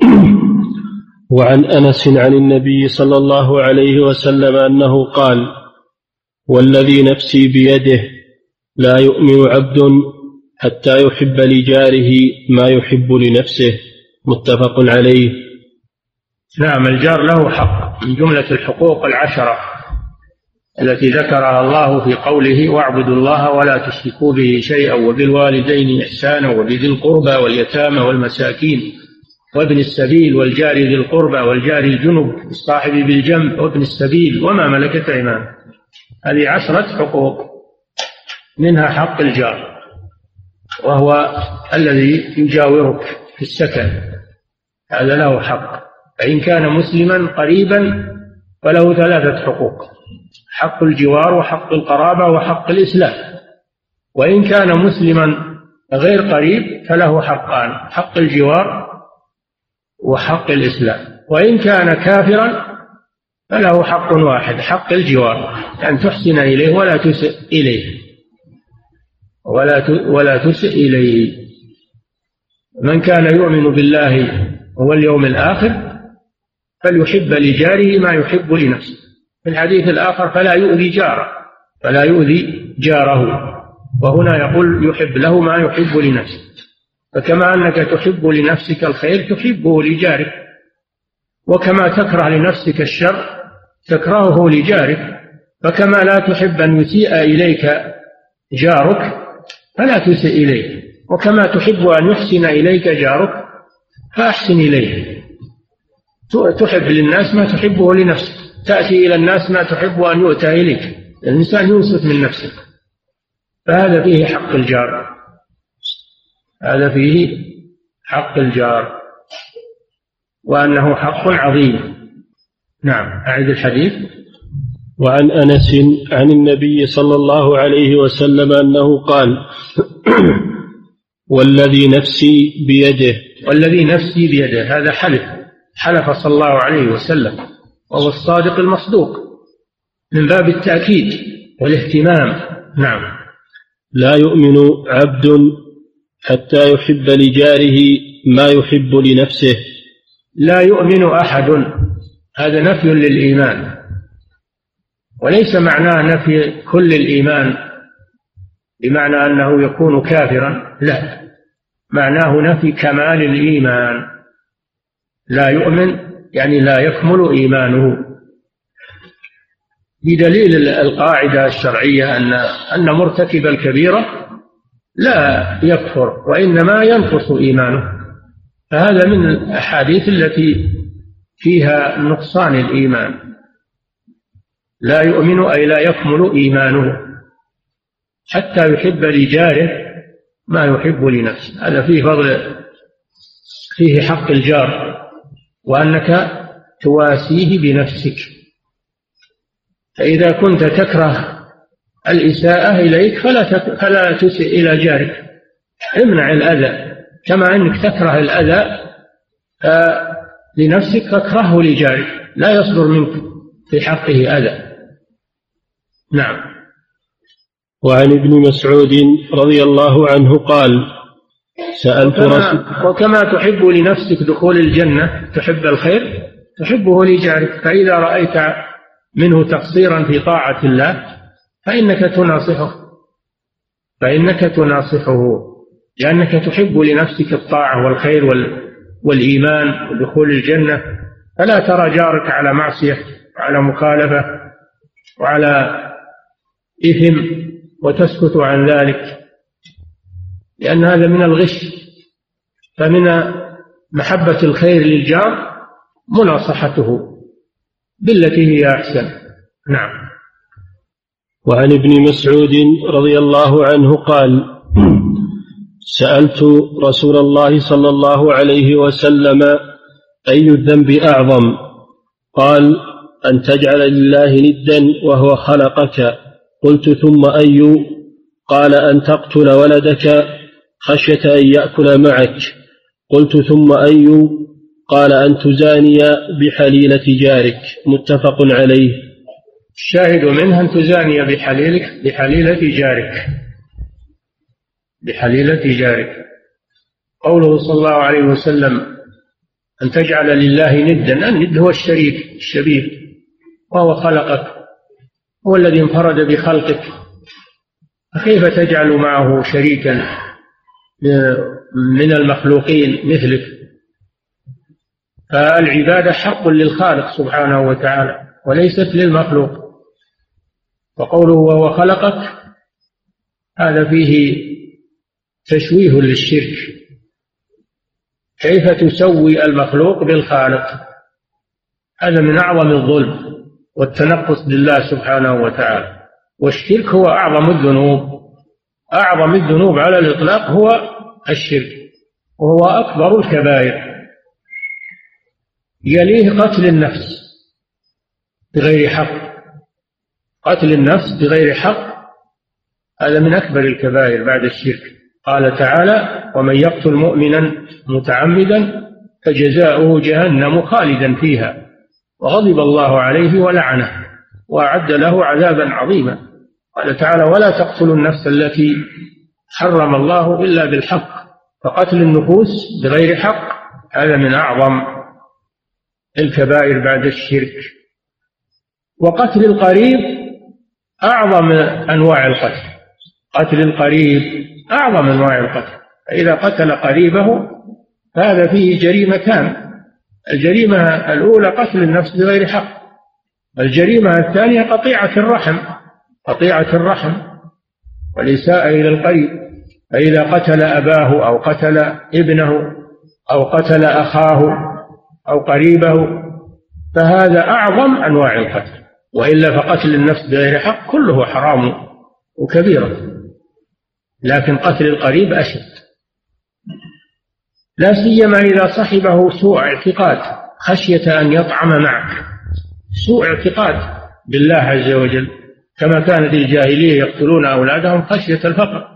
وعن أنس عن النبي صلى الله عليه وسلم أنه قال: والذي نفسي بيده لا يؤمن عبد حتى يحب لجاره ما يحب لنفسه، متفق عليه. نعم، الجار له حق من جملة الحقوق العشرة التي ذكرها الله في قوله: واعبدوا الله ولا تشركوا به شيئا وبالوالدين إحسانا وبذي القربى واليتامى والمساكين وابن السبيل والجار ذي القربى والجار الجنب الصاحب بالجنب وابن السبيل وما ملكت أيمانكم. هذه عشرة حقوق، منها حق الجار وهو الذي يجاورك في السكن، هذا له حق، فإن كان مسلما قريبا فله ثلاثة حقوق: حق الجوار وحق القرابة وحق الإسلام. وإن كان مسلما غير قريب فله حقان: حق الجوار وحق الإسلام. وإن كان كافرا فله حق واحد: حق الجوار، أن تحسن إليه ولا تسئ إليه ولا ولا تسئ إليه. من كان يؤمن بالله واليوم الآخر فليحب لجاره ما يحب لنفسه. في الحديث الآخر: فلا يؤذي جاره فلا يؤذي جاره وهنا يقول يحب له ما يحب لنفسه. فكما أنك تحب لنفسك الخير تحبه لجارك، وكما تكره لنفسك الشر تكرهه لجارك، فكما لا تحب أن يسيء إليك جارك فلا تسئ إليه، وكما تحب أن يحسن إليك جارك فأحسن إليه. تحب للناس ما تحبه لنفسك، تأتي إلى الناس ما تحب أن يؤتى إليك. الإنسان ينصف من نفسه، فهذا فيه حق الجار، هذا فيه حق الجار، وأنه حق عظيم. نعم، أعد الحديث. وعن أنس عن النبي صلى الله عليه وسلم أنه قال: والذي نفسي بيده. والذي نفسي بيده، هذا حلف حلف صلى الله عليه وسلم، وهو الصادق المصدوق من باب التأكيد والاهتمام. نعم. لا يؤمن عبد حتى يحب لجاره ما يحب لنفسه. لا يؤمن أحد، هذا نفي للإيمان، وليس معناه نفي كل الإيمان بمعنى أنه يكون كافرا، لا، معناه نفي كمال الإيمان. لا يؤمن يعني لا يكمل إيمانه، بدليل القاعدة الشرعية أن أن مرتكب الكبيرة لا يكفر وإنما ينقص إيمانه، فهذا من الأحاديث التي فيها نقصان الإيمان. لا يؤمن أي لا يكمل إيمانه حتى يحب لجاره ما يحب لنفسه. هذا فيه فضل، فيه حق الجار، وأنك تواسيه بنفسك. فإذا كنت تكره الإساءة إليك فلا فلا تسئ إلى جارك، امنع الأذى، كما أنك تكره الأذى لنفسك فاكرهه لجارك، لا يصدر منك في حقه أذى. نعم. وعن ابن مسعود رضي الله عنه قال: سألت رسول وكما تحب لنفسك دخول الجنة تحب الخير تحبه لجارك، فإذا رأيت منه تقصيرا في طاعة الله فإنك تناصحه فإنك تناصحه لأنك تحب لنفسك الطاعة والخير والإيمان ودخول الجنة، فلا ترى جارك على معصية وعلى مخالفة وعلى إثم وتسكت عن ذلك، لأن هذا من الغش، فمن محبة الخير للجار مناصحته بالتي هي أحسن. نعم. وعن ابن مسعود رضي الله عنه قال: سألت رسول الله صلى الله عليه وسلم: أي الذنب أعظم؟ قال: أن تجعل لله ندا وهو خلقك. قلت: ثم أي؟ قال: أن تقتل ولدك خشية أن يأكل معك. قلت: ثم أي؟ قال: أن تزاني بحليلة جارك. متفق عليه. الشاهد منها أن تزاني بحليلك بحليلة جارك بحليلة جارك. قوله صلى الله عليه وسلم: أن تجعل لله ندا، الند هو الشريك الشبيه، وهو خلقك، هو الذي انفرد بخلقك، فكيف تجعل معه شريكا من المخلوقين مثلك؟ فالعبادة حق للخالق سبحانه وتعالى وليست للمخلوق. وقوله وهو خلقك هذا فيه تشويه للشرك. كيف تسوي المخلوق بالخالق؟ هذا من أعظم الظلم والتنقص بالله سبحانه وتعالى. والشرك هو أعظم الذنوب، أعظم الذنوب على الإطلاق هو الشرك، وهو أكبر الكبائر. يليه قتل النفس بغير حق، قتل النفس بغير حق هذا من أكبر الكبائر بعد الشرك. قال تعالى: ومن يقتل مؤمنا متعمدا فجزاؤه جهنم خالدا فيها وغضب الله عليه ولعنه وأعد له عذابا عظيما. قال تعالى: ولا تقتلوا النفس التي حرم الله إلا بالحق. فقتل النفوس بغير حق هذا من أعظم الكبائر بعد الشرك. وقتل القريب أعظم أنواع القتل، قتل القريب أعظم أنواع القتل. فإذا قتل قريبه فهذا فيه جريمتان: الجريمة الأولى قتل النفس بغير حق، الجريمة الثانية قطيعة الرحم، قطيعة الرحم والإساءة إلى القريب. فإذا قتل أباه أو قتل ابنه أو قتل أخاه أو قريبه فهذا أعظم أنواع القتل. وإلا فقتل النفس بغير حق كله حرام وكبيرة، لكن قتل القريب أشد، لا سيما إذا صحبه سوء اعتقاد خشية أن يطعم معك، سوء اعتقاد بالله عز وجل، كما كانت الجاهلية يقتلون أولادهم خشية الفقر.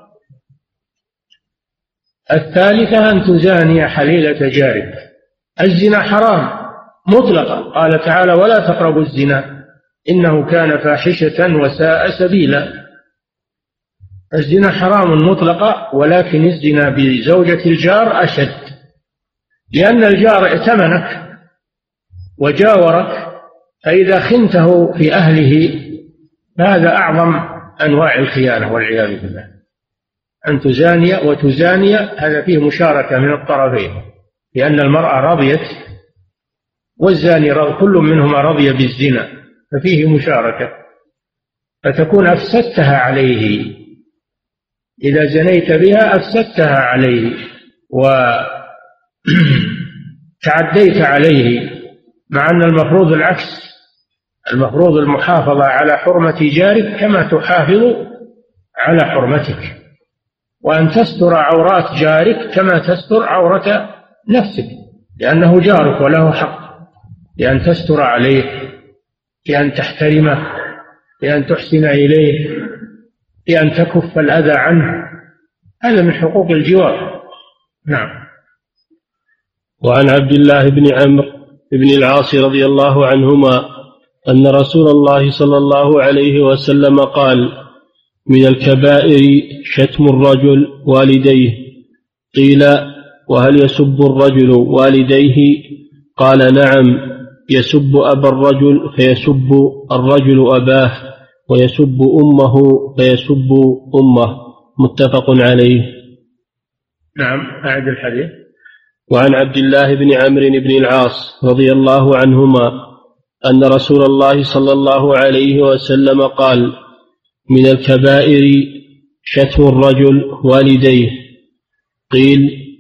الثالثة أن تزاني حليلة جارك. الزنا حرام مطلقا، قال تعالى: ولا تقربوا الزنا إنه كان فاحشة وساء سبيلا. الزنا حرام مطلقا، ولكن الزنا بزوجة الجار أشد، لأن الجار ائتمنك وجاورك، فإذا خنته في أهله فهذا أعظم أنواع الخيانة والعياذ بالله. أن تزاني وتزاني هذا فيه مشاركة من الطرفين، لأن المرأة رضيت والزاني كل منهما رضي بالزنا، ففيه مشاركة، فتكون أفسدتها عليه. إذا زنيت بها أفسدتها عليه وتعديت عليه، مع أن المفروض العكس، المفروض المحافظة على حرمة جارك كما تحافظ على حرمتك، وأن تستر عورات جارك كما تستر عورة نفسك، لأنه جارك وله حق بأن تستر عليه، بأن تحترمه، بأن تحسن إليه، بأن تكف الأذى عنه. هذا من حقوق الجوار. نعم. وعن عبد الله بن عمرو بن العاص رضي الله عنهما أن رسول الله صلى الله عليه وسلم قال: من الكبائر شتم الرجل والديه. قيل: وهل يسب الرجل والديه؟ قال: نعم، يسب أبا الرجل فيسب الرجل أباه، ويسب أمه فيسب أمه. متفق عليه. نعم. أعد الحديث. وعن عبد الله بن عمرو بن العاص رضي الله عنهما أن رسول الله صلى الله عليه وسلم قال: من الكبائر شتم الرجل والديه. قيل: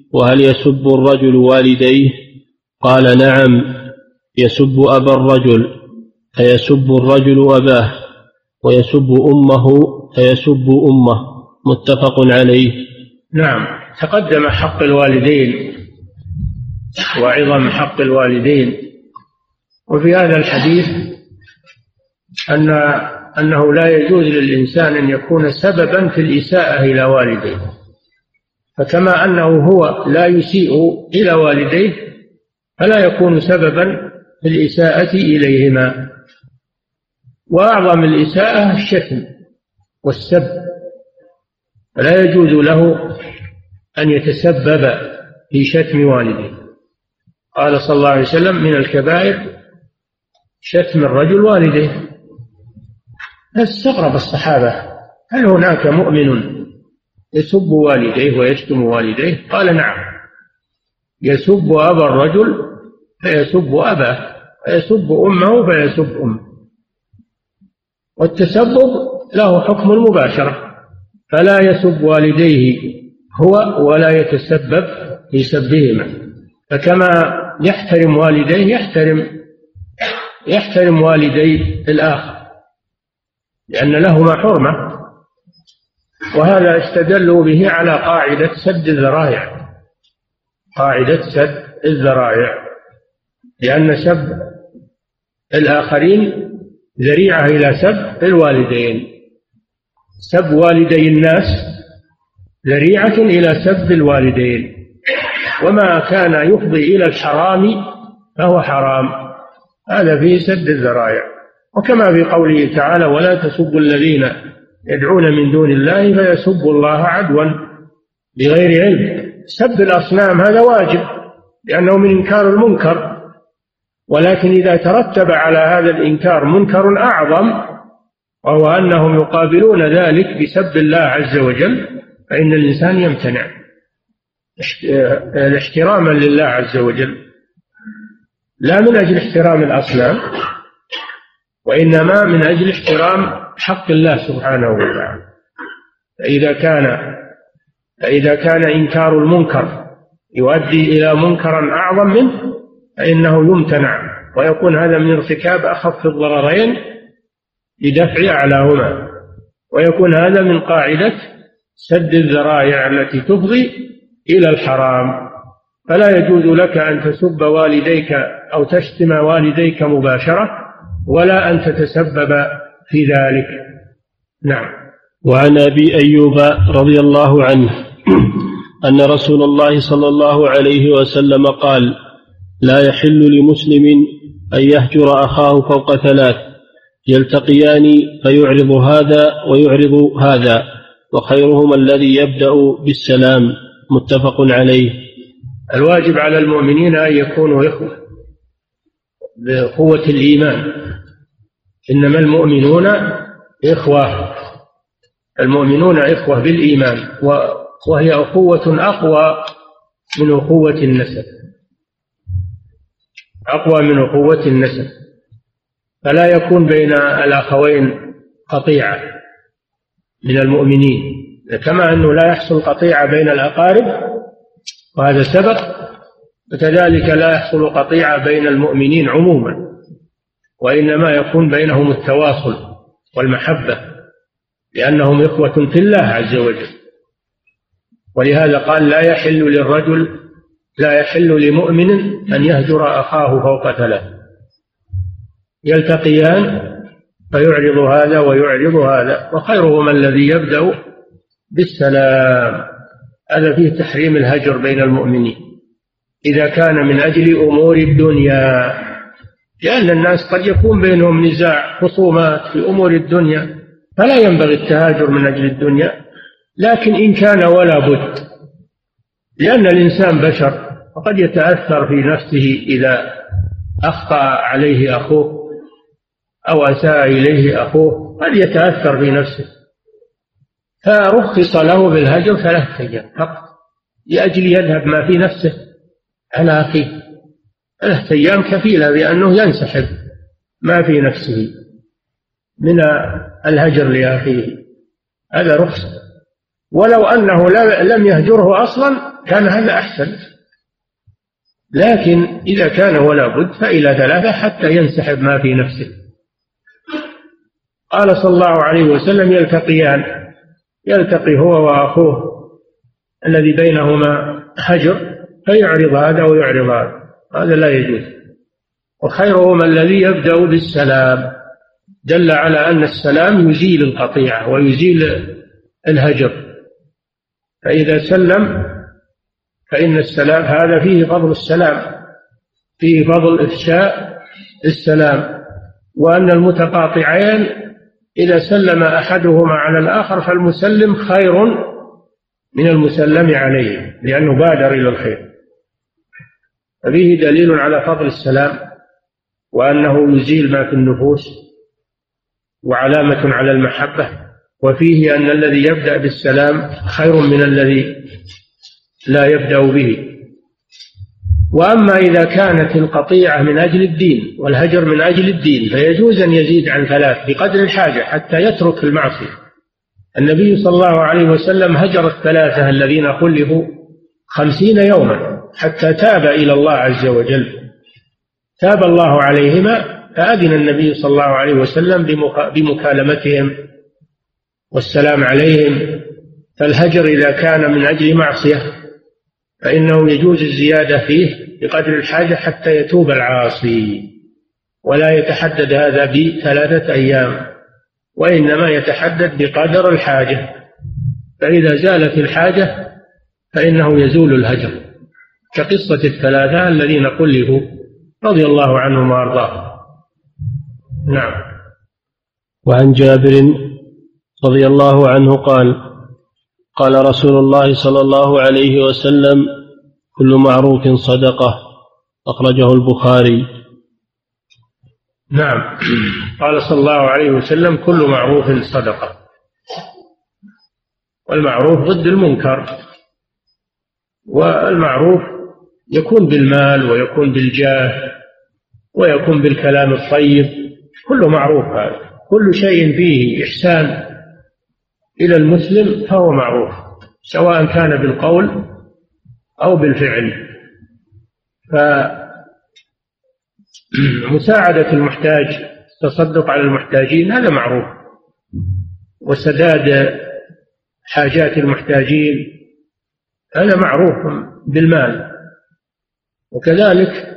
وهل يسب الرجل والديه؟ قال نعم، يسب أبا الرجل فيسب الرجل أباه، ويسب أمه فيسب أمه، متفق عليه. نعم، تقدم حق الوالدين وعظم حق الوالدين، وفي هذا الحديث أن أنه لا يجوز للإنسان أن يكون سببا في الإساءة إلى والديه، فكما أنه هو لا يسيء إلى والديه فلا يكون سببا في الإساءة إليهما. وأعظم الإساءة الشتم والسب، فلا يجوز له أن يتسبب في شتم والديه. قال صلى الله عليه وسلم من الكبائر شتم الرجل والديه. فاستغرب الصحابة، هل هناك مؤمن يسب والديه ويشتم والديه؟ قال نعم، يسب أبا الرجل فيسب أباه، ويسب أمه فيسب أمه. والتسبب له حكم المباشرة، فلا يسب والديه هو ولا يتسبب في سبهما، فكما يحترم والديه يحترم يحترم والدي الآخر لأن لهما حرمة. وهذا استدلوا به على قاعدة سد الذرائع، قاعدة سد الذرائع، لأن سب الآخرين ذريعة إلى سب الوالدين. سب والدي الناس ذريعة إلى سب الوالدين، وما كان يفضي إلى الحرام فهو حرام، هذا فيه سد الذرائع. وكما في قوله تعالى ولا تسبوا الذين يدعون من دون الله فيسبوا الله عدوا بغير علم. سب الأصنام هذا واجب لأنه من إنكار المنكر، ولكن إذا ترتب على هذا الإنكار منكر أعظم وهو أنهم يقابلون ذلك بسب الله عز وجل فإن الإنسان يمتنع احتراما لله عز وجل، لا من أجل احترام الأصنام وإنما من أجل احترام حق الله سبحانه وتعالى. فإذا كان فإذا كان إنكار المنكر يؤدي إلى منكر أعظم منه فإنه يمتنع، ويكون هذا من ارتكاب أخف الضررين لدفع أعلاهما، ويكون هذا من قاعدة سد الذرائع التي تفضي إلى الحرام. فلا يجوز لك أن تسب والديك أو تشتم والديك مباشرة ولا أن تتسبب في ذلك. نعم. وعن أبي أيوب رضي الله عنه أن رسول الله صلى الله عليه وسلم قال لا يحل لمسلم أن يهجر أخاه فوق ثلاث يلتقيان فيعرض هذا ويعرض هذا، وخيرهما الذي يبدأ بالسلام، متفق عليه. الواجب على المؤمنين أن يكونوا إخوة بقوة الإيمان، إنما المؤمنون إخوة، المؤمنون إخوة بالإيمان، وهي أخوة أقوى من أخوة النسب، أقوى من أخوة النسب. فلا يكون بين الأخوين قطيعة من المؤمنين، كما أنه لا يحصل قطيعة بين الأقارب وهذا سبق، وكذلك لا يحصل قطيعة بين المؤمنين عموما، وإنما يكون بينهم التواصل والمحبة لأنهم إخوة في الله عز وجل. ولهذا قال لا يحل للرجل لا يحل لمؤمن أن يهجر أخاه فوق ثلاث يلتقيان فيعرض هذا ويعرض هذا، وخيرهما الذي يبدأ بالسلام. هذا فيه تحريم الهجر بين المؤمنين إذا كان من أجل أمور الدنيا، لأن الناس قد يكون بينهم نزاع خصومات في أمور الدنيا فلا ينبغي التهاجر من أجل الدنيا. لكن إن كان ولا بد، لأن الإنسان بشر وقد يتأثر في نفسه إذا أخطأ عليه أخوه أو أساء إليه أخوه، قد يتأثر في نفسه، فرخص له بالهجر ثلاثة أيام فقط لأجل يذهب ما في نفسه على أخيه. ثلاثة أيام كفيلة بأنه ينسحب ما في نفسه من الهجر لأخيه، هذا رخصة. ولو أنه لم يهجره أصلا كان هذا أحسن، لكن إذا كان ولا بد فإلى ثلاثة حتى ينسحب ما في نفسه. قال صلى الله عليه وسلم: يلتقيان، يلتقي هو وأخوه الذي بينهما هجر فيعرض هذا ويعرض هذا، هذا لا يجوز. وخيرهما الذي يبدأ بالسلام، دل على أن السلام يزيل القطيعة ويزيل الهجر، فإذا سلم فإن السلام هذا فيه فضل السلام، فيه فضل إفشاء السلام، وأن المتقاطعين إذا سلم أحدهما على الآخر فالمسلم خير من المسلم عليه لأنه بادر إلى الخير، ففيه دليل على فضل السلام وأنه يزيل ما في النفوس وعلامة على المحبة، وفيه أن الذي يبدأ بالسلام خير من الذي لا يبدأ به. وأما إذا كانت القطيعة من أجل الدين والهجر من أجل الدين فيجوز أن يزيد عن ثلاث بقدر الحاجة حتى يترك المعصية. النبي صلى الله عليه وسلم هجر الثلاثة الذين خلفوا خمسين يوما حتى تاب إلى الله عز وجل، تاب الله عليهما فأذن النبي صلى الله عليه وسلم بمكالمتهم والسلام عليهم. فالهجر إذا كان من أجل معصية فإنه يجوز الزيادة فيه بقدر الحاجة حتى يتوب العاصي، ولا يتحدد هذا بثلاثة أيام، وإنما يتحدد بقدر الحاجة، فإذا زالت الحاجة فإنه يزول الهجر، كقصة الثلاثة الذين خلفوا رضي الله عنهم وأرضاهم. نعم. وعن جابر رضي الله عنه قال: قال رسول الله صلى الله عليه وسلم: كل معروف صدقة، أخرجه البخاري. نعم، قال صلى الله عليه وسلم: كل معروف صدقة، والمعروف ضد المنكر، والمعروف يكون بالمال ويكون بالجاه ويكون بالكلام الطيب، كل معروف هذا، كل شيء فيه إحسان إلى المسلم فهو معروف، سواء كان بالقول أو بالفعل. فمساعدة المحتاج، التصدق على المحتاجين، هذا معروف، وسداد حاجات المحتاجين هذا معروف بالمال. وكذلك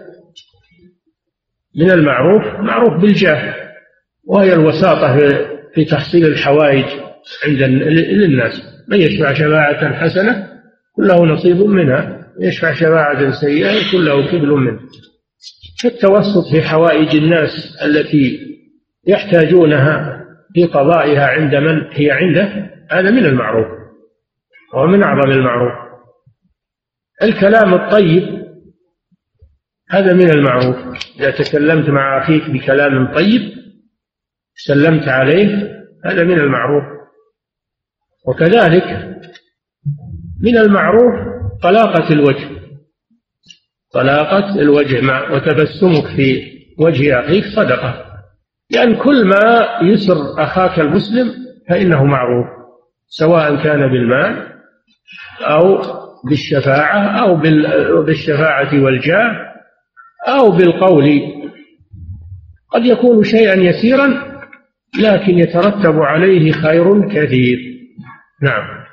من المعروف معروف بالجاه، وهي الوساطة في تحصيل الحوائج عند للناس. من يشفع شفاعة حسنة كله نصيب منها، يشفع شفاعة سيئة كله كفل منه. التوسط في حوائج الناس التي يحتاجونها في قضائها عند من هي عنده، هذا من المعروف ومن أعظم المعروف. الكلام الطيب هذا من المعروف، إذا تكلمت مع أخيك بكلام طيب سلمت عليه، هذا من المعروف. وكذلك من المعروف طلاقة الوجه، طلاقة الوجه مع وتبسمك في وجه أخيك صدقة، لأن كل ما يسر أخاك المسلم فإنه معروف، سواء كان بالمال أو بالشفاعة أو بالشفاعة والجاه أو بالقول. قد يكون شيئا يسيرا لكن يترتب عليه خير كثير. نعم.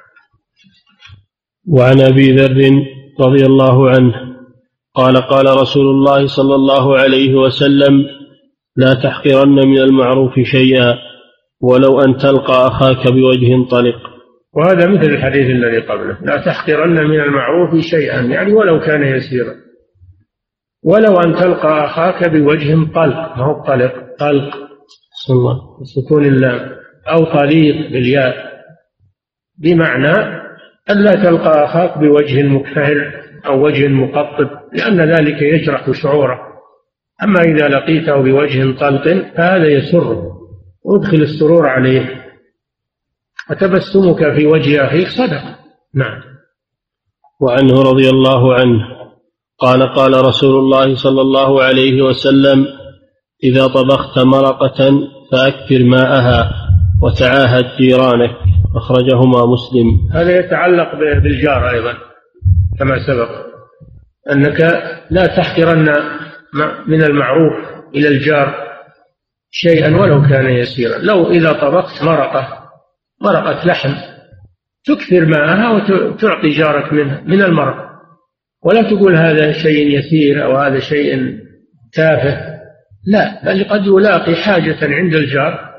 وعن أبي ذر رضي الله عنه قال: قال رسول الله صلى الله عليه وسلم: لا تحقرن من المعروف شيئا ولو أن تلقى أخاك بوجه طلق. وهذا مثل الحديث الذي قبله: لا تحقرن من المعروف شيئا، يعني ولو كان يسيرا، ولو أن تلقى أخاك بوجه طلق، ما هو طلق، طلق سكون اللام، أو طليق بالياء، بمعنى أن لا تلقى أخاك بوجه مكفهر أو وجه مقطب، لأن ذلك يجرح شعوره. أما إذا لقيته بوجه طلق فهذا يسره، وادخل السرور عليه، وتبسمك في وجه أخيك صدقة. نعم. وعنه رضي الله عنه قال: قال رسول الله صلى الله عليه وسلم: إذا طبخت مرقة فأكثر ماءها وتعاهد جيرانك، أخرجهما مسلم. هذا يتعلق بالجار أيضا كما سبق، أنك لا تحقرن من المعروف إلى الجار شيئا ولو كان يسيرا. لو إذا طبخت مرقة مرقة لحم تكثر ماءها وتعطي جارك منها من المرق، ولا تقول هذا شيء يسير أو هذا شيء تافه، لا، بل قد يلاقي حاجة عند الجار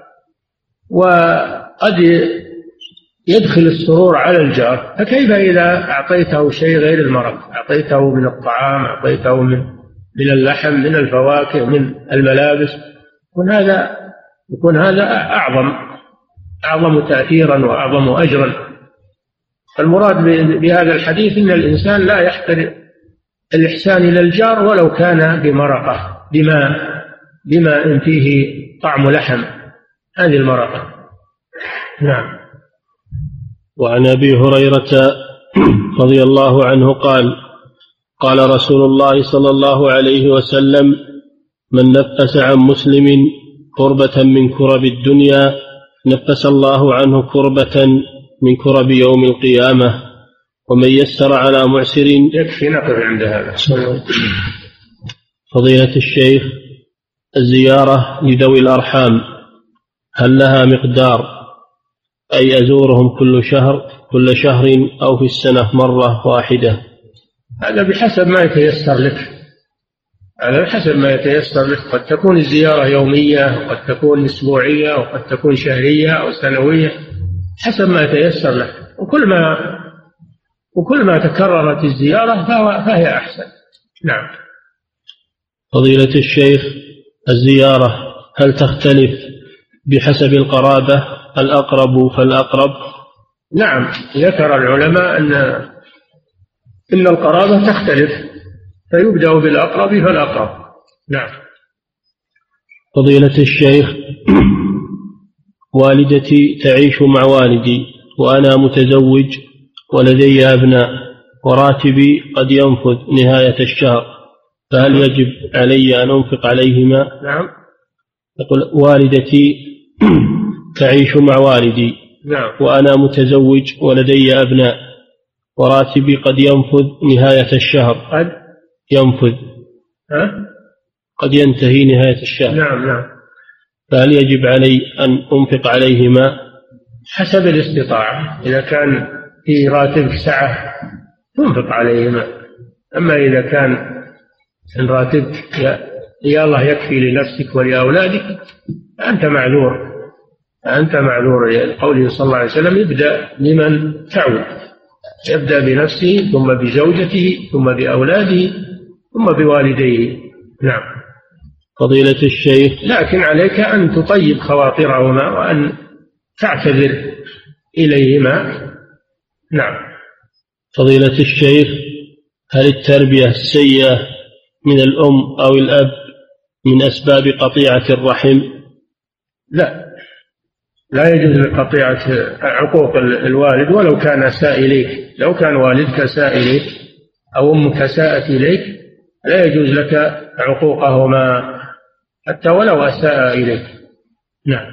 وقد يدخل السرور على الجار. فكيف إذا أعطيته شيء غير المرق، أعطيته من الطعام، أعطيته من من اللحم، من الفواكه، من الملابس، يكون هذا يكون هذا أعظم أعظم تأثيرا وأعظم أجرا. المراد بهذا الحديث أن الإنسان لا يحقر الإحسان إلى الجار ولو كان بمرقة، بما بما فيه طعم لحم، هذه المرقة. نعم. وعن أبي هريرة رضي الله عنه قال قال رسول الله صلى الله عليه وسلم: من نفس عن مسلم كربة من كرب الدنيا نفس الله عنه كربة من كرب يوم القيامة، ومن يسر على معسر. يكفي نقف عند هذا. فضيلة الشيخ، الزيارة لذوي الأرحام هل لها مقدار، أي أزورهم كل شهر كل شهر أو في السنة مرة واحدة؟ هذا بحسب ما يتيسر لك، على حسب ما يتيسر لك. قد تكون الزيارة يومية، وقد تكون أسبوعية، وقد تكون شهرية أو سنوية، حسب ما يتيسر لك. وكل ما وكل ما تكررت الزيارة فهي أحسن. نعم. فضيلة الشيخ، الزيارة هل تختلف بحسب القرابة، الأقرب فالأقرب؟ نعم، ذكر العلماء أن إن القرابة تختلف، فيبدأ بالأقرب فالأقرب. نعم. فضيلة الشيخ، والدتي تعيش مع والدي وأنا متزوج ولدي أبناء وراتبي قد ينفذ نهاية الشهر، فهل يجب علي أن أنفق عليهما؟ نعم. يقول: والدتي تعيش مع والدي. نعم. وأنا متزوج ولدي أبناء وراتبي قد ينفذ نهاية الشهر. قد ينفذ ها؟ قد ينتهي نهاية الشهر. نعم نعم. فهل يجب علي أن أنفق عليهما؟ حسب الاستطاعة. إذا كان في راتبك سعة تنفق عليهما، أما إذا كان راتبك يا الله يكفي لنفسك ولأولادك فأنت معذور، أنت معذور. قوله صلى الله عليه وسلم: يبدأ بمن تعود، يبدأ بنفسه ثم بزوجته ثم بأولاده ثم بوالديه. نعم. فضيلة الشيخ، لكن عليك أن تطيب خواطرهما وأن تعتذر إليهما. نعم. فضيلة الشيخ، هل التربية السيئة من الأم أو الأب من أسباب قطيعة الرحم؟ لا، لا يجوز قطيعة عقوق الوالد ولو كان أساء إليك. لو كان والدك أساء إليك أو أمك أساءت إليك لا يجوز لك عقوقهما حتى ولو أساء إليك. نعم.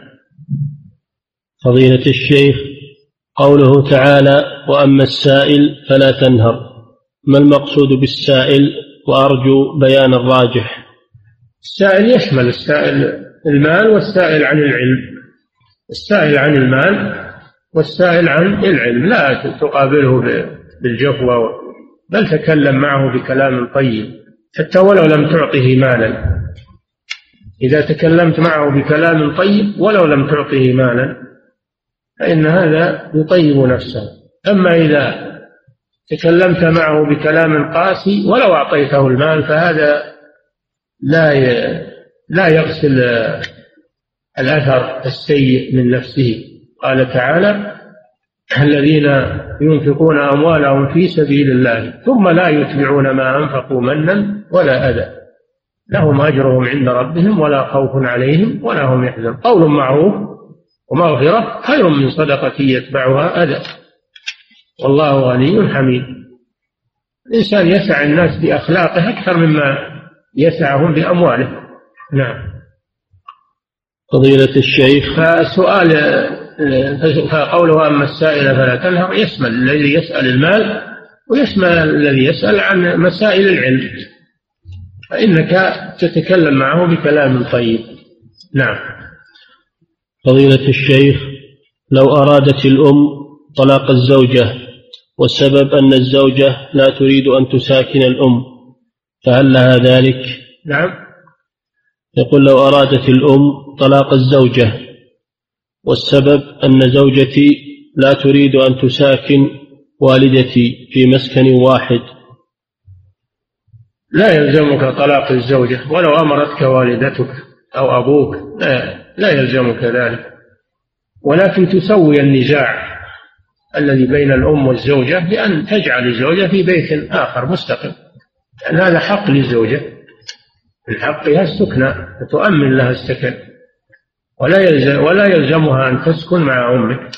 فضيلة الشيخ، قوله تعالى: وأما السائل فلا تنهر، ما المقصود بالسائل؟ وأرجو بيان الراجح. السائل يشمل السائل المال والسائل عن العلم. السائل عن المال والسائل عن العلم لا تقابله بالجفوة، بل تكلم معه بكلام طيب حتى ولو لم تعطه مالا. إذا تكلمت معه بكلام طيب ولو لم تعطه مالا فإن هذا يطيب نفسه. أما إذا تكلمت معه بكلام قاسي ولو أعطيته المال فهذا لا لا يغسل الأثر السيء من نفسه. قال تعالى: الذين ينفقون أموالهم في سبيل الله ثم لا يتبعون ما أنفقوا منا ولا أذى لهم أجرهم عند ربهم ولا خوف عليهم ولا هم يحزنون. قول معروف ومغفرة خير من صدقة يتبعها أذى والله غني حميد. الإنسان يسع الناس بأخلاقه أكثر مما يسعهم بأمواله. نعم. فضيلة الشيخ. فالسؤال فقوله أما السائل فلا تنهر يشمل الذي يسأل المال ويشمل الذي يسأل عن مسائل العلم، فإنك تتكلم معه بكلام طيب. نعم. فضيلة الشيخ، لو أرادت الأم طلاق الزوجة والسبب أن الزوجة لا تريد أن تساكن الأم فهل لها ذلك؟ نعم. يقول لو أرادت الأم طلاق الزوجة والسبب أن زوجتي لا تريد أن تساكن والدتي في مسكن واحد. لا يلزمك طلاق الزوجة ولو أمرتك والدتك أو أبوك، لا, لا يلزمك ذلك، ولكن تسوي النزاع الذي بين الأم والزوجة بأن تجعل الزوجة في بيت آخر مستقل، لأن هذا حق للزوجة، من حقها السكنى فتؤمن لها السكن، ولا يلزم ولا يلزمها أن تسكن مع أمك،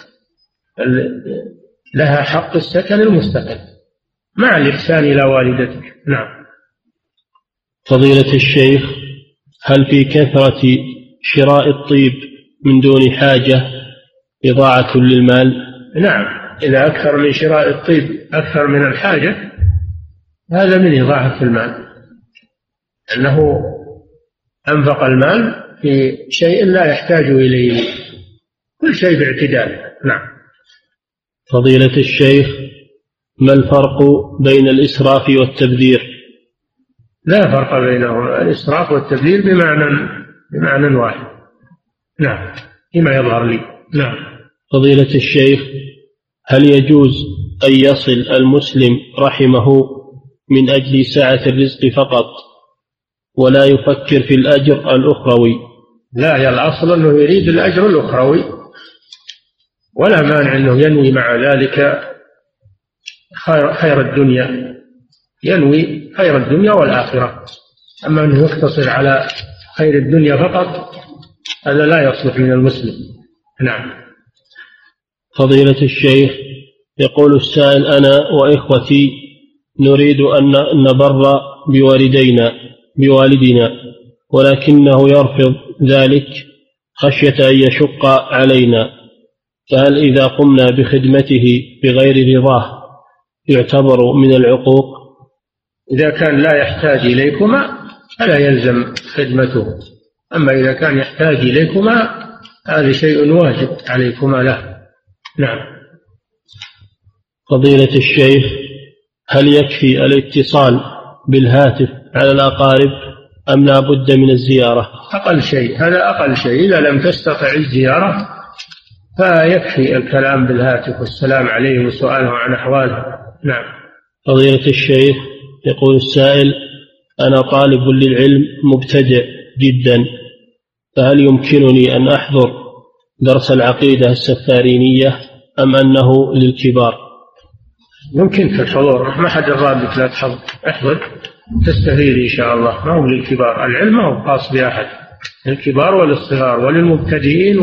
لها حق السكن المستقل مع الإحسان إلى والدتك. نعم. فضيلة الشيخ، هل في كثرة شراء الطيب من دون حاجة إضاعة للمال؟ نعم، إذا أكثر من شراء الطيب أكثر من الحاجة هذا من إضاعة المال، أنه أنفق المال في شيء لا يحتاج إليه، كل شيء باعتدال. نعم. فضيلة الشيخ، ما الفرق بين الإسراف والتبذير؟ لا فرق بينهما، الإسراف والتبذير بمعنى بمعنى واحد. نعم، فيما يظهر لي. نعم. فضيلة الشيخ، هل يجوز أن يصل المسلم رحمه من أجل سعة الرزق فقط ولا يفكر في الأجر الأخروي؟ لا، يا الأصل أنه يريد الأجر الأخروي، ولا مانع أنه ينوي مع ذلك خير, خير الدنيا، ينوي خير الدنيا والآخرة. أما أنه يقتصر على خير الدنيا فقط هذا لا يصلح من المسلم. نعم. فضيلة الشيخ، يقول السائل: أنا وإخوتي نريد أن نبر بوالدينا بوالدنا ولكنه يرفض ذلك خشية أن يشق علينا، فهل إذا قمنا بخدمته بغير رضاه يعتبر من العقوق؟ إذا كان لا يحتاج إليكما فلا يلزم خدمته، أما إذا كان يحتاج إليكما هذا شيء واجب عليكما له. نعم. فضيلة الشيخ، هل يكفي الاتصال بالهاتف على الأقارب أم لا بد من الزيارة؟ أقل شيء، هذا أقل شيء. إذا لم تستطع الزيارة فيكفي الكلام بالهاتف والسلام عليه وسؤاله عن أحواله. نعم. فضيلة الشيخ، يقول السائل: أنا طالب للعلم مبتدئ جدا، فهل يمكنني أن أحضر درس العقيدة السفارينية أم أنه للكبار؟ يمكن في الحضور، ما حد الرابط لا تحضر، احضر تستفيد إن شاء الله، ما هو للكبار، العلم ما هو خاص بأحد، للكبار وللصغار وللمبتدئين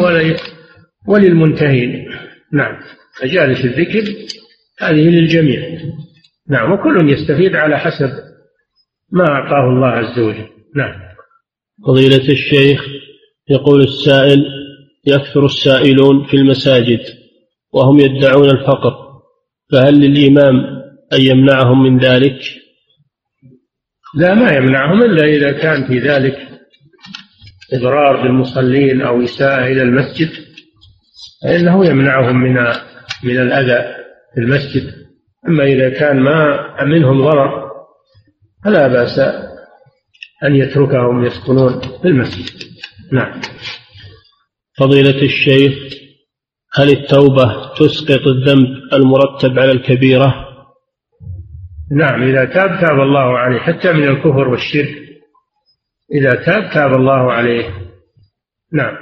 وللمنتهين. نعم. مجالس الذكر هذه للجميع. نعم، وكل يستفيد على حسب ما أعطاه الله عز وجل. نعم. فضيلة الشيخ، يقول السائل: يكثر السائلون في المساجد وهم يدعون الفقر، فهل للإمام أن يمنعهم من ذلك؟ لا، ما يمنعهم إلا إذا كان في ذلك إضرار بالمصلين أو إساءة إلى المسجد، فإنه يمنعهم من من الأذى في المسجد. أما إذا كان ما منهم ضرر فلا بأس أن يتركهم يسكنون في المسجد. نعم. فضيلة الشيخ، هل التوبة تسقط الذنب المرتب على الكبيرة؟ نعم، إذا تاب تاب الله عليه، حتى من الكفر والشرك إذا تاب تاب الله عليه. نعم.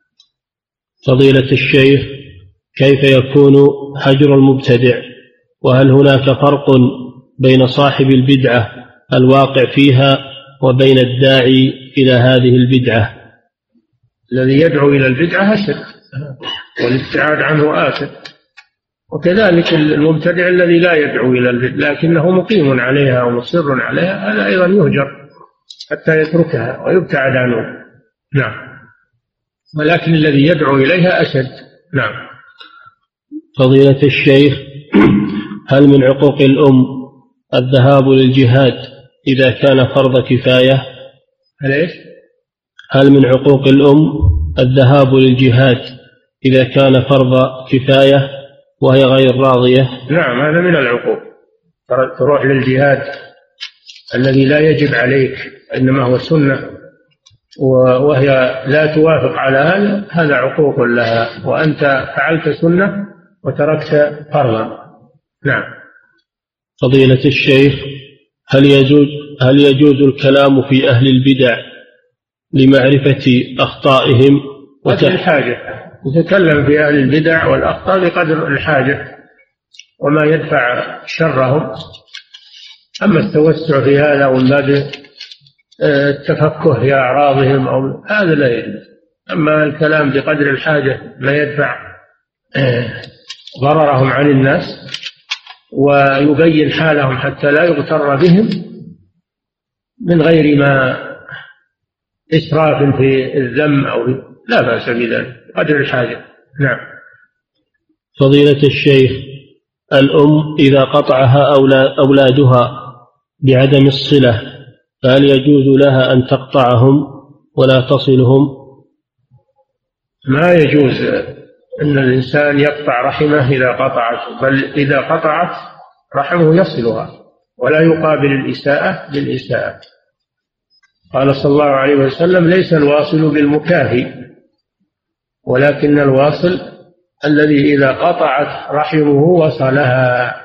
فضيلة الشيخ، كيف يكون هجر المبتدع؟ وهل هناك فرق بين صاحب البدعة الواقع فيها وبين الداعي إلى هذه البدعة؟ الذي يدعو إلى البدعة هجر، والابتعاد عنه آثم، وكذلك المبتدع الذي لا يدعو إلى البدعة لكنه مقيم عليها ومصر عليها هذا أيضا يهجر حتى يتركها ويبتعد عنه. نعم. ولكن الذي يدعو إليها أشد. نعم. فضيلة الشيخ، هل من عقوق الأم الذهاب للجهاد إذا كان فرض كفاية؟ هل إيش؟ هل من عقوق الأم الذهاب للجهاد إذا كان فرض كفاية وهي غير راضية؟ نعم، هذا من العقوق. تروح للجهاد الذي لا يجب عليك، إنما هو سنة، وهي لا توافق على هذا، هذا عقوق لها، وأنت فعلت سنة وتركت فرضا. نعم. فضيلة الشيخ، هل يجوز هل يجوز الكلام في أهل البدع لمعرفة أخطائهم وقدر الحاجة؟ يتكلم في أهل البدع والأخطاء بقدر الحاجة وما يدفع شرهم. أما التوسع في هذا ومن باب التفكه في أعراضهم أو هذا لا يجوز. أما الكلام بقدر الحاجة ما يدفع ضررهم عن الناس ويبين حالهم حتى لا يغتر بهم من غير ما إسراف في الذم أو لا بأس بذلك قدر الحاجة. نعم. فضيلة الشيخ، الأم إذا قطعها أولادها بعدم الصلة فهل يجوز لها أن تقطعهم ولا تصلهم؟ ما يجوز أن الإنسان يقطع رحمه إذا قطعت، بل إذا قطعت رحمه يصلها ولا يقابل الإساءة بالإساءة. قال صلى الله عليه وسلم: ليس الواصل بالمكافي ولكن الواصل الذي إذا قطعت رحمه وصلها.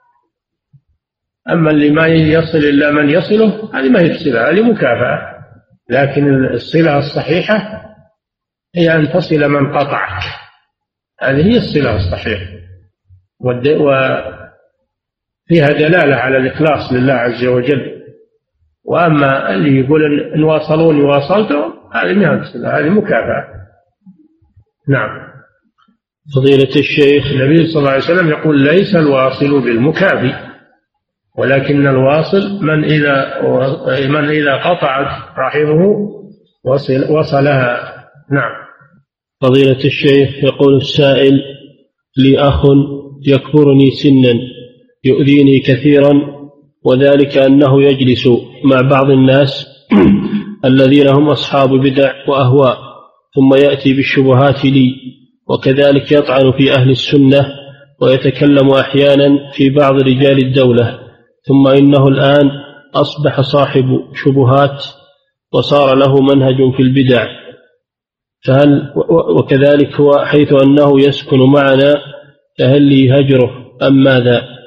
أما اللي ما يصل إلا من يصله هذه ما هي صلة، هذه مكافأة. لكن الصلة الصحيحة هي أن تصل من قطعك، هذه هي الصلة الصحيحة، وفيها دلالة على الإخلاص لله عز وجل. وأما اللي يقول إن واصلوني واصلتهم هذه ما هي الصلة، هذه مكافأة. نعم. فضيلة الشيخ، النبي صلى الله عليه وسلم يقول: ليس الواصل بالمكافي ولكن الواصل من إذا من إذا قطعت رحمه وصل وصلها. نعم. فضيلة الشيخ، يقول السائل: لي أخ يكبرني سنا يؤذيني كثيرا، وذلك أنه يجلس مع بعض الناس الذين هم أصحاب بدع وأهواء ثم يأتي بالشبهات لي، وكذلك يطعن في أهل السنة ويتكلم أحيانا في بعض رجال الدولة، ثم إنه الآن أصبح صاحب شبهات وصار له منهج في البدع، فهل وكذلك هو حيث أنه يسكن معنا فهل لي هجره أم ماذا؟